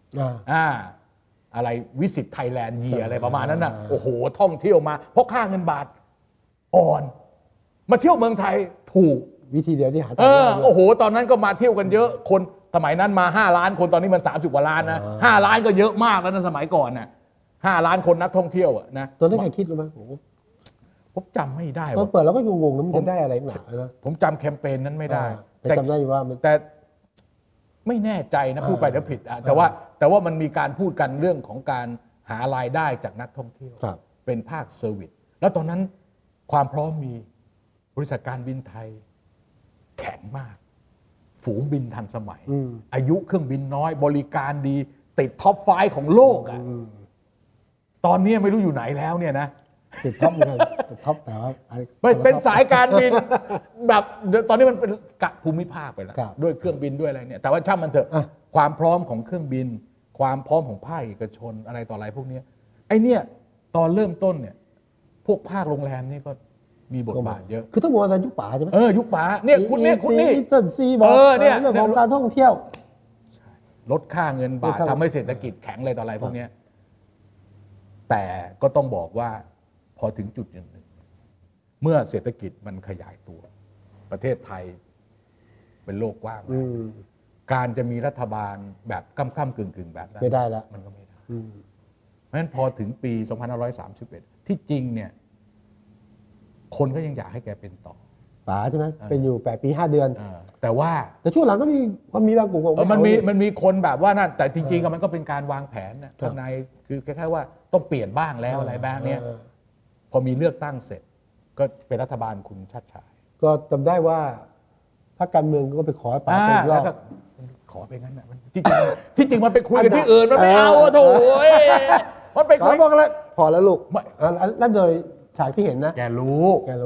อะไรวิสิตไทยแลนด์เยียอะไรประมาณนั้นน่ะโอ้โหท่องเที่ยวมาเพราะค่าเงินบาทอ่อนมาเที่ยวเมืองไทยถูกวิธีเดียวที่หาโอ้โหตอนนั้นก็มาเที่ยวกันเยอะคนสมัยนั้นมา5 ล้านคนตอนนี้มัน30 กว่าล้านนะ5 ล้านก็เยอะมากแล้วนะสมัยก่อนน่ะ5 ล้านคนนักท่องเที่ยวนะตอนนั้นใครคิดรู้ไหมผมจำไม่ได้ตอนเปิดแล้วก็งงๆนะมันจะได้อะไรหนาผมจำแคมเปญนั้นไม่ได้แต่จำได้ว่าแต่ไม่แน่ใจนะพูดไปเดี๋ยวผิดแต่ว่ามันมีการพูดกันเรื่องของการหารายได้จากนักท่องเที่ยวเป็นภาคเซอร์วิสแล้วตอนนั้นความพร้อมมีบริษัทการบินไทยแข็งมากฝูงบินทันสมัยอายุเครื่องบินน้อยบริการดีติดท็อป5ของโลกตอนนี้ไม่รู้อยู่ไหนแล้วเนี่ยนะติดท็อปเหมือนกันติดท็อปแต่ว่าเป็นสายการบินแบบตอนนี้มันเป็นกะภูมิภาคไปแล้วด้วยเครื่องบินด้วยอะไรเนี่ยแต่ว่าช่างมันเถอะความพร้อมของเครื่องบินความพร้อมของภาคเอกชนอะไรต่ออะไรพวกนี้ไอ้เนี่ยตอนเริ่มต้นเนี่ยพวกภาคโรงแรมนี่ก็มีบทบาทเยอะคือต้องบอกว่ายุคป๋าใช่ไหมยุคป๋าเนี่ยคุณนี่ต้นซีบอกเนี่ยเรื่องของการท่องเที่ยวลดค่าเงินบาททำให้เศรษฐกิจแข็งอะไรต่ออะไรพวกนี้แต่ก็ต้องบอกว่าพอถึงจุดหนึ่งเมื่อเศรษฐกิจมันขยายตัวประเทศไทยเป็นโลกกว้างการจะมีรัฐบาลแบบก้ำๆกึ่งๆแบบนั้นไม่ได้แล้วมันก็ไม่ได้เพราะฉะนั้นพอถึงปี 2531 ที่จริงเนี่ยคนก็ยังอยากให้แกเป็นต่อป๋าใช่ไหมเป็นอยู่8 ปี 5 เดือนแต่ช่วงหลังก็มีบางกลุ่มมันมีคนแบบว่านั่นแต่จริงๆมันก็เป็นการวางแผนนะข้างในคือคล้ายๆว่าต้องเปลี่ยนบ้างแล้วอะไรบ้างเนี่ยพอมีเลือกตั้งเสร็จก็เป็นรัฐบาลคุณชาติชายก็จำได้ว่าพรรคการเมืองก็ไปขอป๋าเป็นรอบขอไปงั้นนะที่จริงมันไปคุยกันที่อื่นมันไม่เอาโถ่มันไปคุยบอกแล้วพอแล้วลูกนั่นโดยฉากที่เห็นนะแกรู้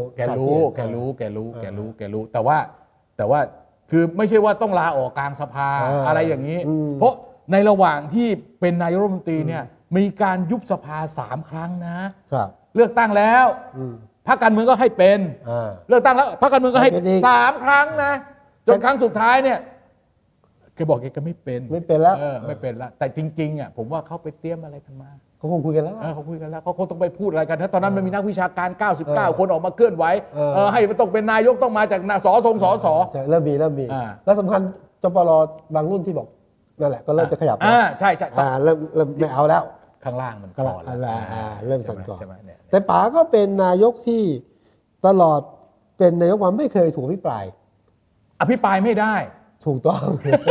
แต่ว่าคือไม่ใช่ว่าต้องลาออกกลางสภาอะไรอย่างนี้เพราะในระหว่างที่เป็นนายกรัฐมนตรีเนี่ยมีการยุบสภา3 ครั้งนะเลือกตั้งแล้วพรรคการเมืองก็ให้เป็นเลือกตั้งแล้วพรรคการเมืองก็ให้3 ครั้งนะจนครั้งสุดท้ายเนี่ยแกบอกแกก็ไม่เป็นแล้วไม่เป็นแล้วแต่จริงๆอ่ะผมว่าเขาไปเตรียมอะไรกันมาเขาคงคุยกันแล้วเขาคงต้องไปพูดอะไรกันถ้าตอนนั้นมันมีนักวิชาการ99 คนออกมาเคลื่อนไหวให้มันต้องเป็นนายกต้องมาจากสสเริ่มมีแล้วสำคัญจปรบางรุ่นที่บอกนั่นแหละก็เริ่มจะขยับใช่เริ่มไม่เอาแล้วข้างล่างมันพอแล้วเริ่มสั่นคลอนแต่ป๋าก็เป็นนายกที่ตลอดเป็นนายกไม่เคยถูกอภิปรายไม่ได้ถูกต้อง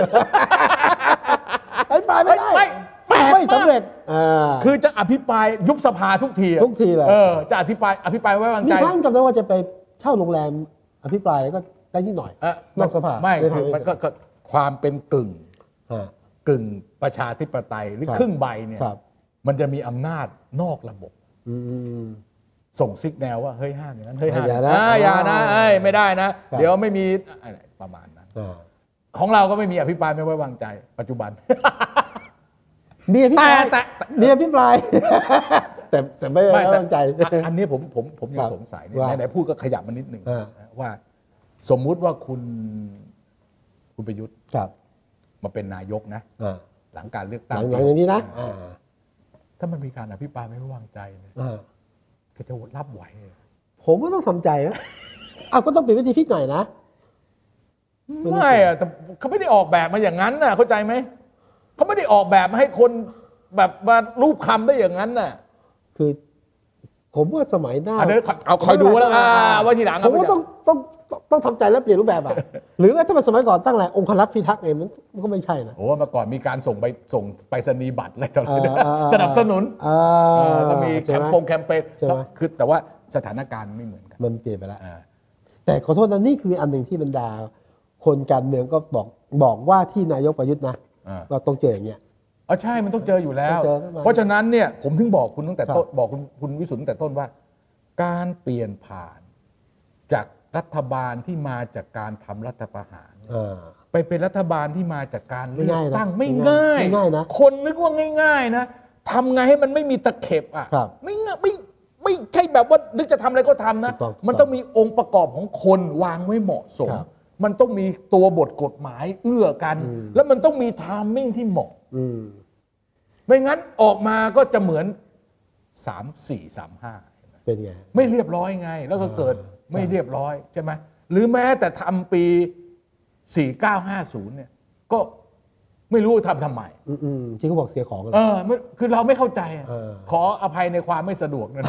อภิปรายไม่ได้ไม่สำเร็จคือจะอภิปรายยุบสภาทุกทีเลยจะอภิปรายไว้วางใจมีครั้งจำได้ว่าจะไปเช่าโรงแรมอภิปรายแล้วก็ได้นิดหน่อยนอกสภาไม่มันก็ความเป็นกึ่งประชาธิปไตยหรือครึ่งใบเนี่ยมันจะมีอำนาจนอกระบบส่งซิกแนวว่าเฮ้ยห้ามอย่างนั้นเฮ้ยห้ามอย่านะไม่ได้นะเดี๋ยวไม่มีประมาณนั้นของเราก็ไม่มีอภิปรายไม่ไว้วางใจปัจจุบันมีอภิปรายแต่ไม่ไว้วางใจอันนี้ผมยังสงสัยไหนพูดก็ขยับมานิดหนึ่งว่าสมมุติว่าคุณประยุทธ์มาเป็นนายกนะหลังการเลือกตั้งหลังอย่างนี้นะถ้ามันมีการอภิปรายไม่ไว้วางใจก็จะรับไหวผมก็ต้องทำใจนะก็ต้องเป็นวิธีพิจหน่อยนะไม่แต่เขาไม่ได้ออกแบบมาอย่างนั้นน่ะเข้าใจไหมเขาไม่ได้ออกแบบมาให้คนแบบมารูปคำได้อย่างนั้นน่ะคือผมว่าสมัยหน้าเอาคอยดูแล้วว่าทีหลังผมว่าต้องทำใจแล้วเปลี่ยนรูปแบบหรือถ้ามันสมัยก่อนตั้งแหละองครักษ์พิทักษ์เองมันก็ไม่ใช่นะโอ้เมื่อก่อนมีการส่งไปรษณียบัตรอะไรต่างๆสนับสนุนก็มีแคมเปญคือแต่ว่าสถานการณ์ไม่เหมือนกันมันเปลี่ยนไปแล้วแต่ขอโทษนะนี่คืออันหนึ่งที่บรรดาคนการเมืองก็บอกว่าที่นายกประยุทธ์นะเราต้องเจออย่างเงี้ยใช่มันต้องเจออยู่แล้วเพราะฉะนั้นเนี่ยผมถึงบอกคุณตั้งแต่ต้นบอกคุณวิสุทธิ์ตั้งแต่ต้นว่าการเปลี่ยนผ่านจากรัฐบาลที่มาจากการทำรัฐประหารไปเป็นรัฐบาลที่มาจากการเลือกตั้งไม่ง่ายนะคนนึกว่าง่ายๆนะทำไงให้มันไม่มีตะเข็บไม่ใช่แบบว่านึกจะทำอะไรก็ทำนะมันต้องมีองค์ประกอบของคนวางไว้เหมาะสมมันต้องมีตัวบทกฎหมายเอื้อกันแล้วมันต้องมีไทมิ่งที่เหมาะไม่งั้นออกมาก็จะเหมือน3435 เป็นไงไม่เรียบร้อยไงแล้วก็เกิดไม่เรียบร้อยใช่ไหมหรือแม้แต่ทำปี4950เนี่ยก็ไม่รู้ทำไมที่เขาบอกเสียของคือเราไม่เข้าใจขออภัยในความไม่สะดวกนั่น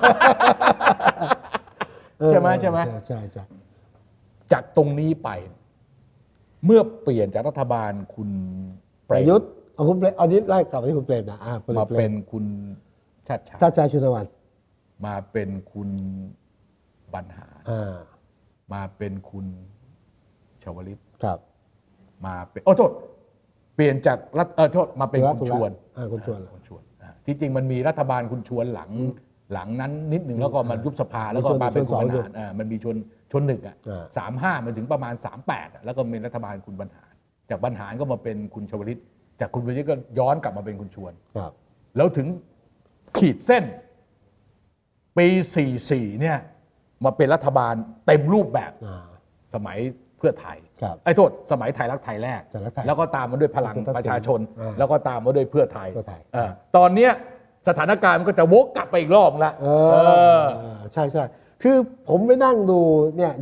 ใช่ไหมใช่จากตรงนี้ไปเมื่อเปลี่ยนจากรัฐบาลคุณประยุทธ์คุณเปรมเอานี้ไล่กลับไปที่คุณเปรมนะมาเป็นคุณชาติชายชุนวันมาเป็นคุณบรรหารมาเป็นคุณชวลิตมาเป็นโทษเปลี่ยนจากโทษมาเป็นคุณชวนที่จริงมันมีรัฐบาลคุณชวนหลังนั้นนิดหนึ่งแล้วก็มันยุบสภาแล้วก็มาเป็นคุณบรรหารมันมีชนหนึ่ง35มาถึงประมาณ38แล้วก็มีรัฐบาลคุณบรรหารจากบรรหารก็มาเป็นคุณชวลิตจากคุณชวลิตก็ย้อนกลับมาเป็นคุณชวนแล้วถึงขีดเส้นปี44เนี่ยมาเป็นรัฐบาลเต็มรูปแบบสมัยเพื่อไทยโทษสมัยไทยรักไทยแรกแล้วก็ตามมาด้วยพลังประชาชนแล้วก็ตามมาด้วยเพื่อไทยตอนนี้สถานการณ์มันก็จะวกกลับไปอีกรอบละใช่คือผมไปนั่งดูเนี่ย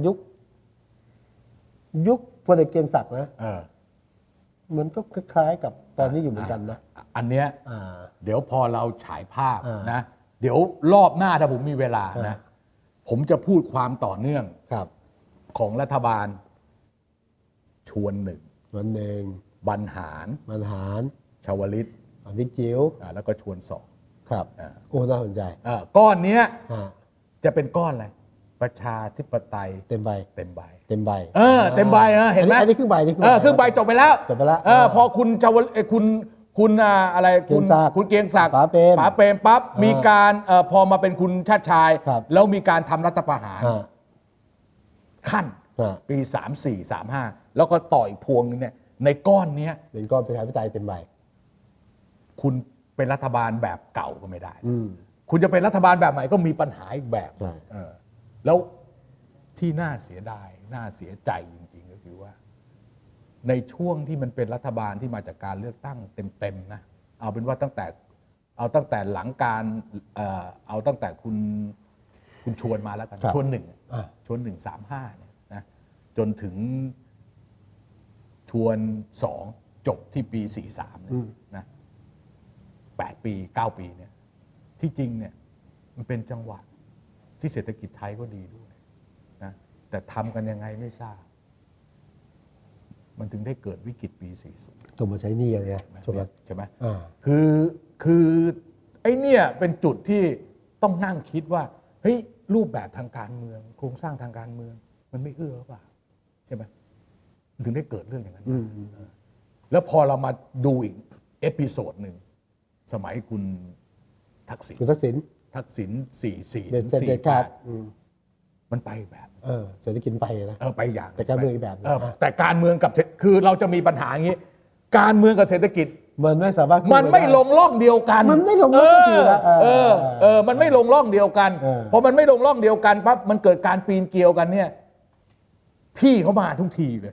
ยุคพลเอกเกรียงศักดิ์นะมันก็คล้ายๆกับตอนนี้อยู่เหมือนกันนะอันเนี้ยเดี๋ยวพอเราฉายภาพนะเดี๋ยวรอบหน้าถ้าผมมีเวลานะผมจะพูดความต่อเนื่องของรัฐบาลชวนหนึ่งบรรหารชวลิตบิ๊กจิ๋วแล้วก็ชวนสองครับโอ้น่าสนใจก้อนเนี้ยจะเป็นก้อนอะไรประชาธิปไตยเต็มใบเต็มใบเต็มใบเห็นไหมอันนี้ครึ่งใบนี่ครึ่งใบจบไปแล้วพอคุณชวคุณอะไรคุณเกียงศักดิ์ป๋าเปรมปั๊บมีการพอมาเป็นคุณชาติชายแล้วมีการทำรัฐประหารขั้นปี34 35แล้วก็ต่ออีกพวงนึงเนี่ยในก้อนนี้เป็นก้อนประชาธิปไตยเต็มใบคุณเป็นรัฐบาลแบบเก่าก็ไม่ได้คุณจะเป็นรัฐบาลแบบใหม่ก็มีปัญหาอีกแบบแล้วที่น่าเสียดายน่าเสียใจจริงๆก็คือว่าในช่วงที่มันเป็นรัฐบาลที่มาจากการเลือกตั้งเต็มๆนะเอาเป็นว่าตั้งแต่หลังการเอาตั้งแต่คุณชวนมาแล้วกันชวน135เนี่ยนะจนถึงชวน2จบที่ปี43เนี่ยนะ8 ปี 9 ปีเนี่ยที่จริงเนี่ยมันเป็นจังหวะที่เศรษฐกิจไทยก็ดีด้วยนะแต่ทำกันยังไงไม่ทราบมันถึงได้เกิดวิกฤตปี40 ต้องมาใช้หนี้อะไรนะใช่ไหมคือไอ้เนี่ยเป็นจุดที่ต้องนั่งคิดว่าเฮ้ยรูปแบบทางการเมืองโครงสร้างทางการเมืองมันไม่เอื้อหรือเปล่าใช่ไหมถึงได้เกิดเรื่องอย่างนั้นแล้วพอเรามาดูอีกเอพิโซดหนึ่งสมัยคุณทักษิณ44-48มันไปแบบเศรษฐกิจไปนะไปอย่างแต่การเมืองอีกแบบแต่การเมืองกับคือเราจะมีปัญหาอย่างนี้การเมืองกับเศรษฐกิจมันไม่สามารถมันไม่ลงร่องเดียวกันมันไม่ลงร่องเดียวกันมันไม่ลงร่องเดียวกันพอมันไม่ลงร่องเดียวกันปั๊บมันเกิดการปีนเกลียวกันเนี่ยพี่เขามาทุกทีเลย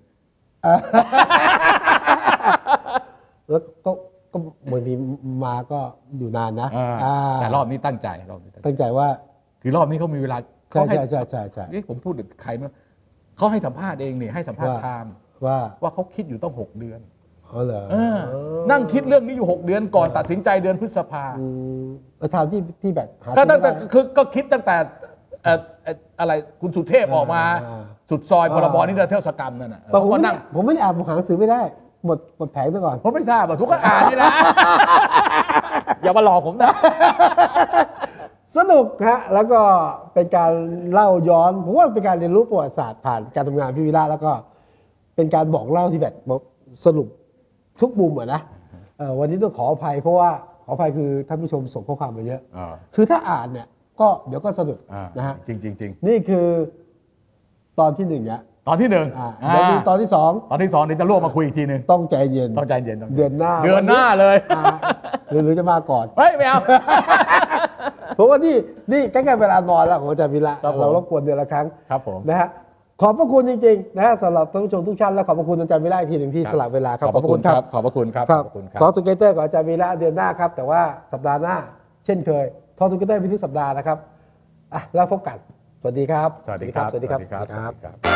แล้วก็บางทีมาก็อยู่นานนะแต่รอบนี้ตั้งใจว่าคือรอบนี้เขามีเวลาใช่นี่ผมพูดกับใครมั้ยเขาให้สัมภาษณ์เองนี่ให้สัมภาษณ์ไทม์ว่าเขาคิดอยู่ต้อง6 เดือนเหรอนั่งคิดเรื่องนี้อยู่6 เดือนก่อนตัดสินใจเดือนพฤษภาทางที่แบบก็คิดตั้งแต่อะไรคุณสุเทพออกมาสุดซอยพรบนิรโทษกรรมนั่นน่ะผมไม่ได้อ่านผมหาหนังสือไม่ได้หมดแผงไปก่อนผมไม่ทราบทุกคนอ่านนี่นะอย่ามาหลอกผมนะสนุกฮะแล้วก็เป็นการเล่าย้อนผมว่าเป็นการเรียนรู้ประวัติศาสตร์ผ่านการทำงานพี่วิระแล้วก็เป็นการบอกเล่าที่แบบสรุปทุกมุมอ่ะนะวันนี้ต้องขออภัยเพราะว่าขออภัยคือท่านผู้ชมส่งข้อความมาเยอะคือถ้าอ่านเนี่ยก็เดี๋ยวก็สนุกนะฮะจริงนี่คือตอนที่1เนี่ยตอนที่1เดี๋ยวมีตอนที่2 เดี๋ยวจะรวบมาคุยอีกทีนึงต้องใจเย็นเดือนหน้าเลยหรือจะมาก่อนเฮ้ยไม่เอาเพราะว่านี่ใกล้ๆเวลานอนแล้วของอาจารย์วิระเรารบกวนเดือนละครั้งครับผมนะฮะขอบพระคุณจริงๆนะฮะสำหรับท่านผู้ชมทุกท่านและขอบพระคุณอาจารย์วิระอีกทีหนึ่งที่สละเวลาครับขอบพระคุณครับขอบพระคุณครับขอทูเกเตอร์กับอาจารย์วิระเดือนหน้าครับแต่ว่าสัปดาห์หน้าเช่นเคยทอทูเกเตอร์มีทุกสัปดาห์นะครับแล้วพบกันสวัสดีครับสวัสดีครับ